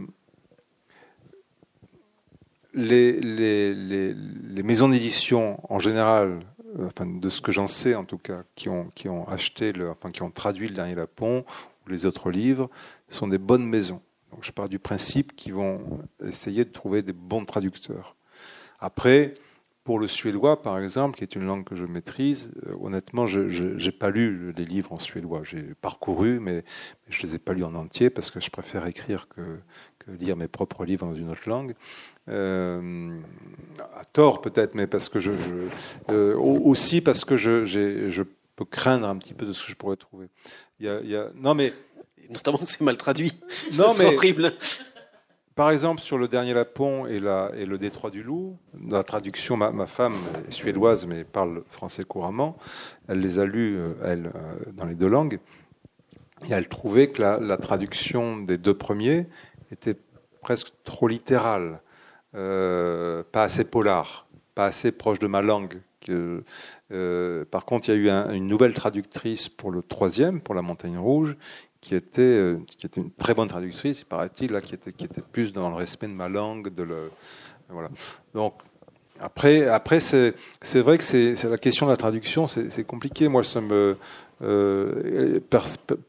Speaker 3: Les, les, les, les maisons d'édition, en général, enfin, de ce que j'en sais en tout cas, qui ont, qui ont acheté, le, enfin, qui ont traduit le dernier Lapon ou les autres livres, sont des bonnes maisons. Donc je pars du principe qu'ils vont essayer de trouver des bons traducteurs. Après, pour le suédois, par exemple, qui est une langue que je maîtrise, euh, honnêtement, je n'ai pas lu les livres en suédois. J'ai parcouru, mais, mais je ne les ai pas lus en entier parce que je préfère écrire que, que lire mes propres livres dans une autre langue. Euh, à tort peut-être, mais parce que je, je euh, aussi parce que je, j'ai, je peux craindre un petit peu de ce que je pourrais trouver. Il y a, il y a, non mais
Speaker 2: notamment que c'est mal traduit.
Speaker 3: Non
Speaker 2: c'est
Speaker 3: mais
Speaker 2: horrible.
Speaker 3: Par exemple, sur le dernier Lapon et, la, et le Détroit du Loup, dans la traduction, ma, ma femme est suédoise mais parle français couramment. Elle les a lus elle dans les deux langues et elle trouvait que la, la traduction des deux premiers était presque trop littérale. Euh, pas assez polar, pas assez proche de ma langue. Que, euh, par contre, il y a eu un, une nouvelle traductrice pour le troisième, pour La Montagne Rouge, qui était, euh, qui était une très bonne traductrice, il paraît-il, là, qui était, qui était plus dans le respect de ma langue. De le, voilà. Donc, après, après c'est, c'est vrai que c'est, c'est la question de la traduction, c'est, c'est compliqué. Moi, ça me... Euh, pers,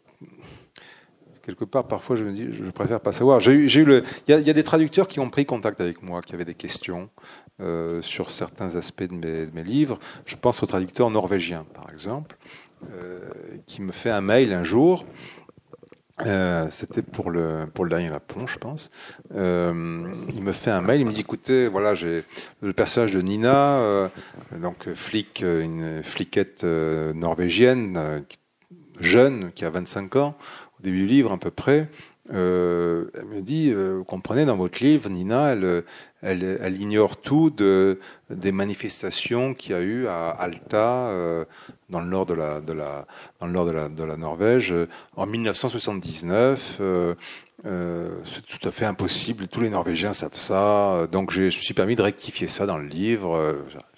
Speaker 3: quelque part, parfois, je me dis, je préfère pas savoir. J'ai eu, j'ai eu le, il y a, il y a des traducteurs qui ont pris contact avec moi, qui avaient des questions euh, sur certains aspects de mes, de mes livres. Je pense au traducteur norvégien, par exemple, euh, qui me fait un mail un jour. Euh, c'était pour le pour le dernier Lapon, je pense. Euh, il me fait un mail, il me dit écoutez, voilà, j'ai le personnage de Nina, euh, donc flic, une fliquette euh, norvégienne, euh, jeune, qui a vingt-cinq ans. Au début du livre, à peu près, euh, elle me dit, euh, vous comprenez, dans votre livre, Nina, elle, elle, elle ignore tout de, des manifestations qu'il y a eu à Alta, euh, dans le nord de la, de la, dans le nord de la, de la Norvège, euh, en dix-neuf cent soixante-dix-neuf. Euh, euh, c'est tout à fait impossible. Tous les Norvégiens savent ça. Donc, je me suis permis de rectifier ça dans le livre.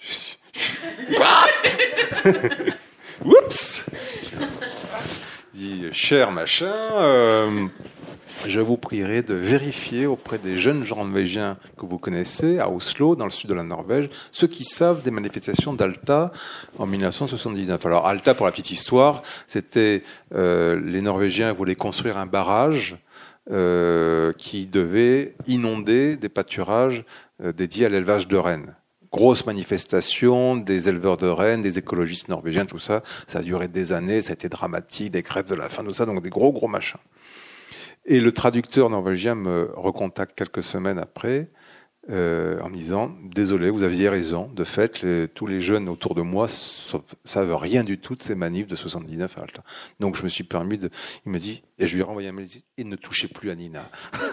Speaker 3: Oups. Dit cher machin, euh, je vous prierai de vérifier auprès des jeunes gens norvégiens que vous connaissez à Oslo, dans le sud de la Norvège, ceux qui savent des manifestations d'Alta en dix-neuf cent soixante-dix-neuf. Alors Alta, pour la petite histoire, c'était euh, les Norvégiens voulaient construire un barrage euh, qui devait inonder des pâturages euh, dédiés à l'élevage de rennes. grosse manifestation des éleveurs de rennes, des écologistes norvégiens, tout ça. Ça a duré des années, ça a été dramatique, des grèves de la faim, tout ça, donc des gros, gros machins. Et le traducteur norvégien me recontacte quelques semaines après, euh, en me disant « Désolé, vous aviez raison. De fait, les, tous les jeunes autour de moi ne savent rien du tout de ces manifs de soixante-dix-neuf à Alta. » Donc je me suis permis de... Il me dit, et je lui ai renvoyé un mail, il ne touchez plus à Nina.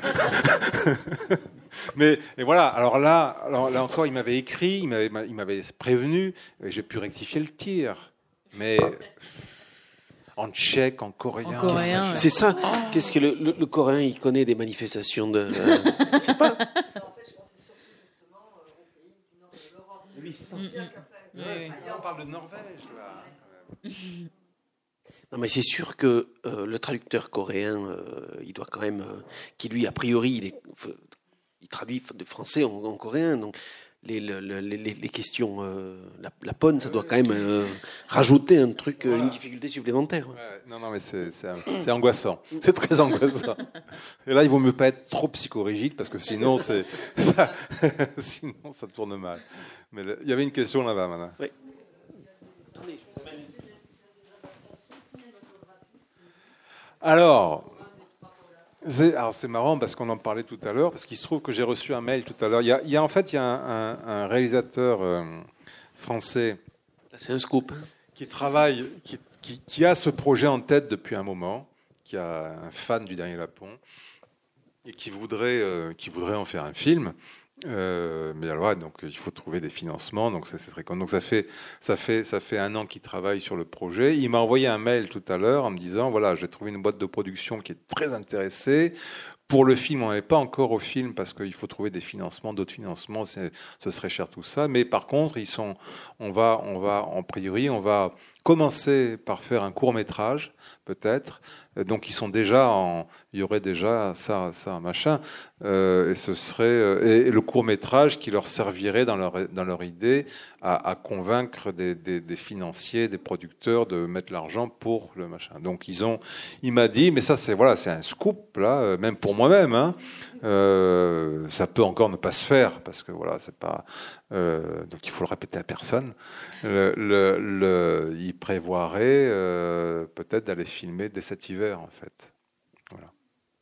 Speaker 3: Mais et voilà, alors là, alors là encore, il m'avait écrit, il m'avait, il m'avait prévenu, et j'ai pu rectifier le tir. Mais... En tchèque, en coréen.
Speaker 4: En coréen, ouais.
Speaker 2: C'est ça. Oh. Qu'est-ce que le, le, le coréen, il connaît des manifestations de. Euh, c'est pas.
Speaker 7: En fait, je pensais surtout justement euh, aux pays du nord de l'Europe.
Speaker 2: Oui, c'est ça.
Speaker 3: Mmh, mmh. On parle de Norvège, là.
Speaker 2: Non, mais c'est sûr que euh, le traducteur coréen, euh, il doit quand même. Euh, qui lui, a priori, il, est, il traduit de français en, en coréen. Donc. Les, les, les, les questions, euh, la, la ponne, ça doit quand même euh, rajouter un truc, voilà. Une difficulté supplémentaire.
Speaker 3: Ouais, non, non, mais c'est, c'est, c'est angoissant. C'est très angoissant. Et là, il vaut mieux pas être trop psychorigide parce que sinon, c'est, ça, sinon, ça tourne mal. Mais le, il y avait une question là-bas, maintenant.
Speaker 2: Oui.
Speaker 3: Alors. C'est, alors c'est marrant parce qu'on en parlait tout à l'heure, parce qu'il se trouve que j'ai reçu un mail tout à l'heure. Il y a, il y a en fait il y a un, un, un réalisateur euh, français.
Speaker 2: Là, c'est un scoop. Hein.
Speaker 3: Qui travaille, qui, qui, qui a ce projet en tête depuis un moment, qui a un fan du Dernier Lapon et qui voudrait, euh, qui voudrait en faire un film. Euh, mais alors, donc il faut trouver des financements, donc ça, c'est très con. Donc ça fait, ça fait, ça fait un an qu'il travaille sur le projet. Il m'a envoyé un mail tout à l'heure en me disant voilà, j'ai trouvé une boîte de production qui est très intéressée. Pour le film, on n'est pas encore au film parce qu'il faut trouver des financements, d'autres financements, c'est, ce serait cher tout ça. Mais par contre, ils sont, on va, on va, en priori, on va commencer par faire un court métrage, peut-être. Donc ils sont déjà en, il y aurait déjà ça, ça, machin, euh, et ce serait euh, et, et le court métrage qui leur servirait dans leur dans leur idée à, à convaincre des, des, des financiers, des producteurs de mettre l'argent pour le machin. Donc ils ont, il m'a dit, mais ça c'est voilà, c'est un scoop là, même pour moi-même. Hein, euh, ça peut encore ne pas se faire parce que voilà, c'est pas. Euh, donc il faut le répéter à personne. Le, le, le, il prévoirait euh, peut-être d'aller filmer dès cet hiver en fait. Voilà.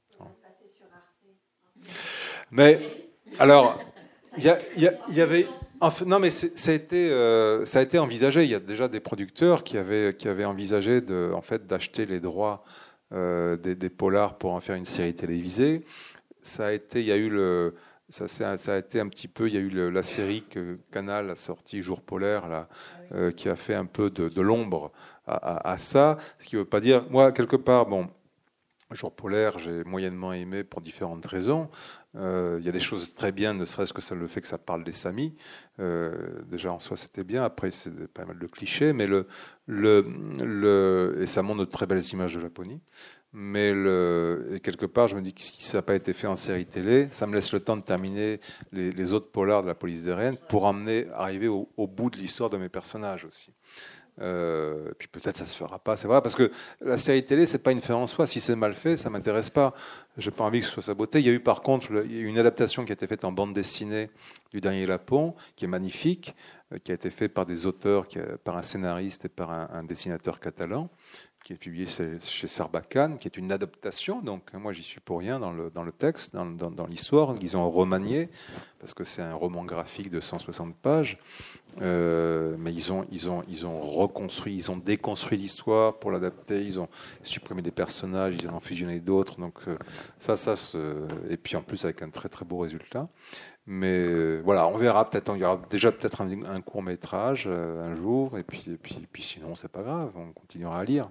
Speaker 3: Mais alors, il y, y, y avait, enfin, non mais c'est, ça a été, euh, ça a été envisagé. Il y a déjà des producteurs qui avaient, qui avaient envisagé de, en fait, d'acheter les droits euh, des, des polars pour en faire une série télévisée. Ça a été, il y a eu le Ça, ça a été un petit peu, il y a eu le, la série que Canal a sortie, Jour polaire, là, euh, qui a fait un peu de, de l'ombre à, à, à ça. Ce qui ne veut pas dire, moi, quelque part, bon, Jour polaire, j'ai moyennement aimé pour différentes raisons. Euh, il y a des choses très bien, ne serait-ce que ça, le fait que ça parle des Samis. Euh, déjà, en soi, c'était bien. Après, c'est pas mal de clichés, mais le, le, le, et ça montre de très belles images de Laponie. Mais le, et quelque part, je me dis que si ça n'a pas été fait en série télé, ça me laisse le temps de terminer les, les autres polars de la police des Rennes pour emmener, arriver au, au bout de l'histoire de mes personnages aussi. Euh, puis peut-être ça se fera pas, c'est vrai, parce que la série télé, c'est pas une fin en soi. Si c'est mal fait, ça m'intéresse pas. J'ai pas envie que ce soit saboté. Il y a eu par contre le, il y a eu une adaptation qui a été faite en bande dessinée du Dernier Lapon, qui est magnifique, euh, qui a été faite par des auteurs, qui, par un scénariste et par un, un dessinateur catalan, qui est publié chez Sarbacane, qui est une adaptation. Donc moi, j'y suis pour rien dans le dans le texte, dans, dans, dans l'histoire. Ils ont remanié parce que c'est un roman graphique de cent soixante pages. Euh, mais ils ont ils ont ils ont reconstruit, ils ont déconstruit l'histoire pour l'adapter. Ils ont supprimé des personnages, ils en ont fusionné d'autres. Donc euh, ça ça se... et puis en plus avec un très très beau résultat. Mais euh, voilà, on verra peut-être. Il y aura déjà peut-être un, un court métrage euh, un jour. Et puis et puis et puis sinon c'est pas grave, on continuera à lire.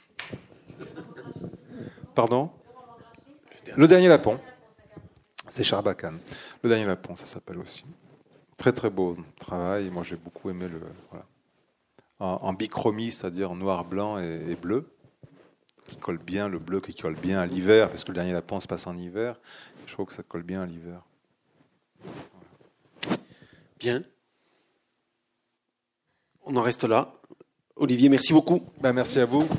Speaker 3: Pardon ? Le Dernier Lapon. C'est Sarbacane. Le Dernier Lapon, ça s'appelle aussi. Très très beau travail. Moi j'ai beaucoup aimé le. Voilà. En, en bichromie, c'est-à-dire en noir, blanc et, et bleu, qui colle bien, le bleu qui colle bien à l'hiver, parce que le Dernier Lapon se passe en hiver. Je trouve que ça colle bien à l'hiver. Voilà.
Speaker 2: Bien. On en reste là. Olivier, merci beaucoup.
Speaker 3: Ben, merci à vous.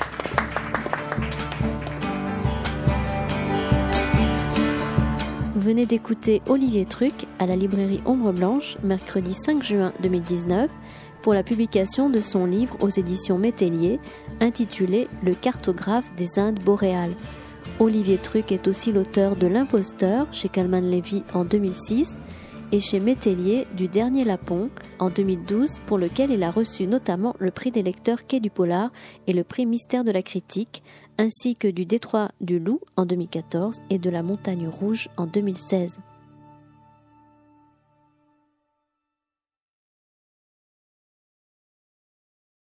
Speaker 1: Vous venez d'écouter Olivier Truc à la librairie Ombre Blanche, mercredi cinq juin deux mille dix-neuf, pour la publication de son livre aux éditions Métellier, intitulé « Le cartographe des Indes boréales ». Olivier Truc est aussi l'auteur de L'Imposteur chez Calman Levy en deux mille six et chez Métellier du Dernier Lapon en deux mille douze, pour lequel il a reçu notamment le prix des lecteurs Quai du Polar et le prix Mystère de la Critique, ainsi que du Détroit du Loup en deux mille quatorze et de la Montagne Rouge en deux mille seize.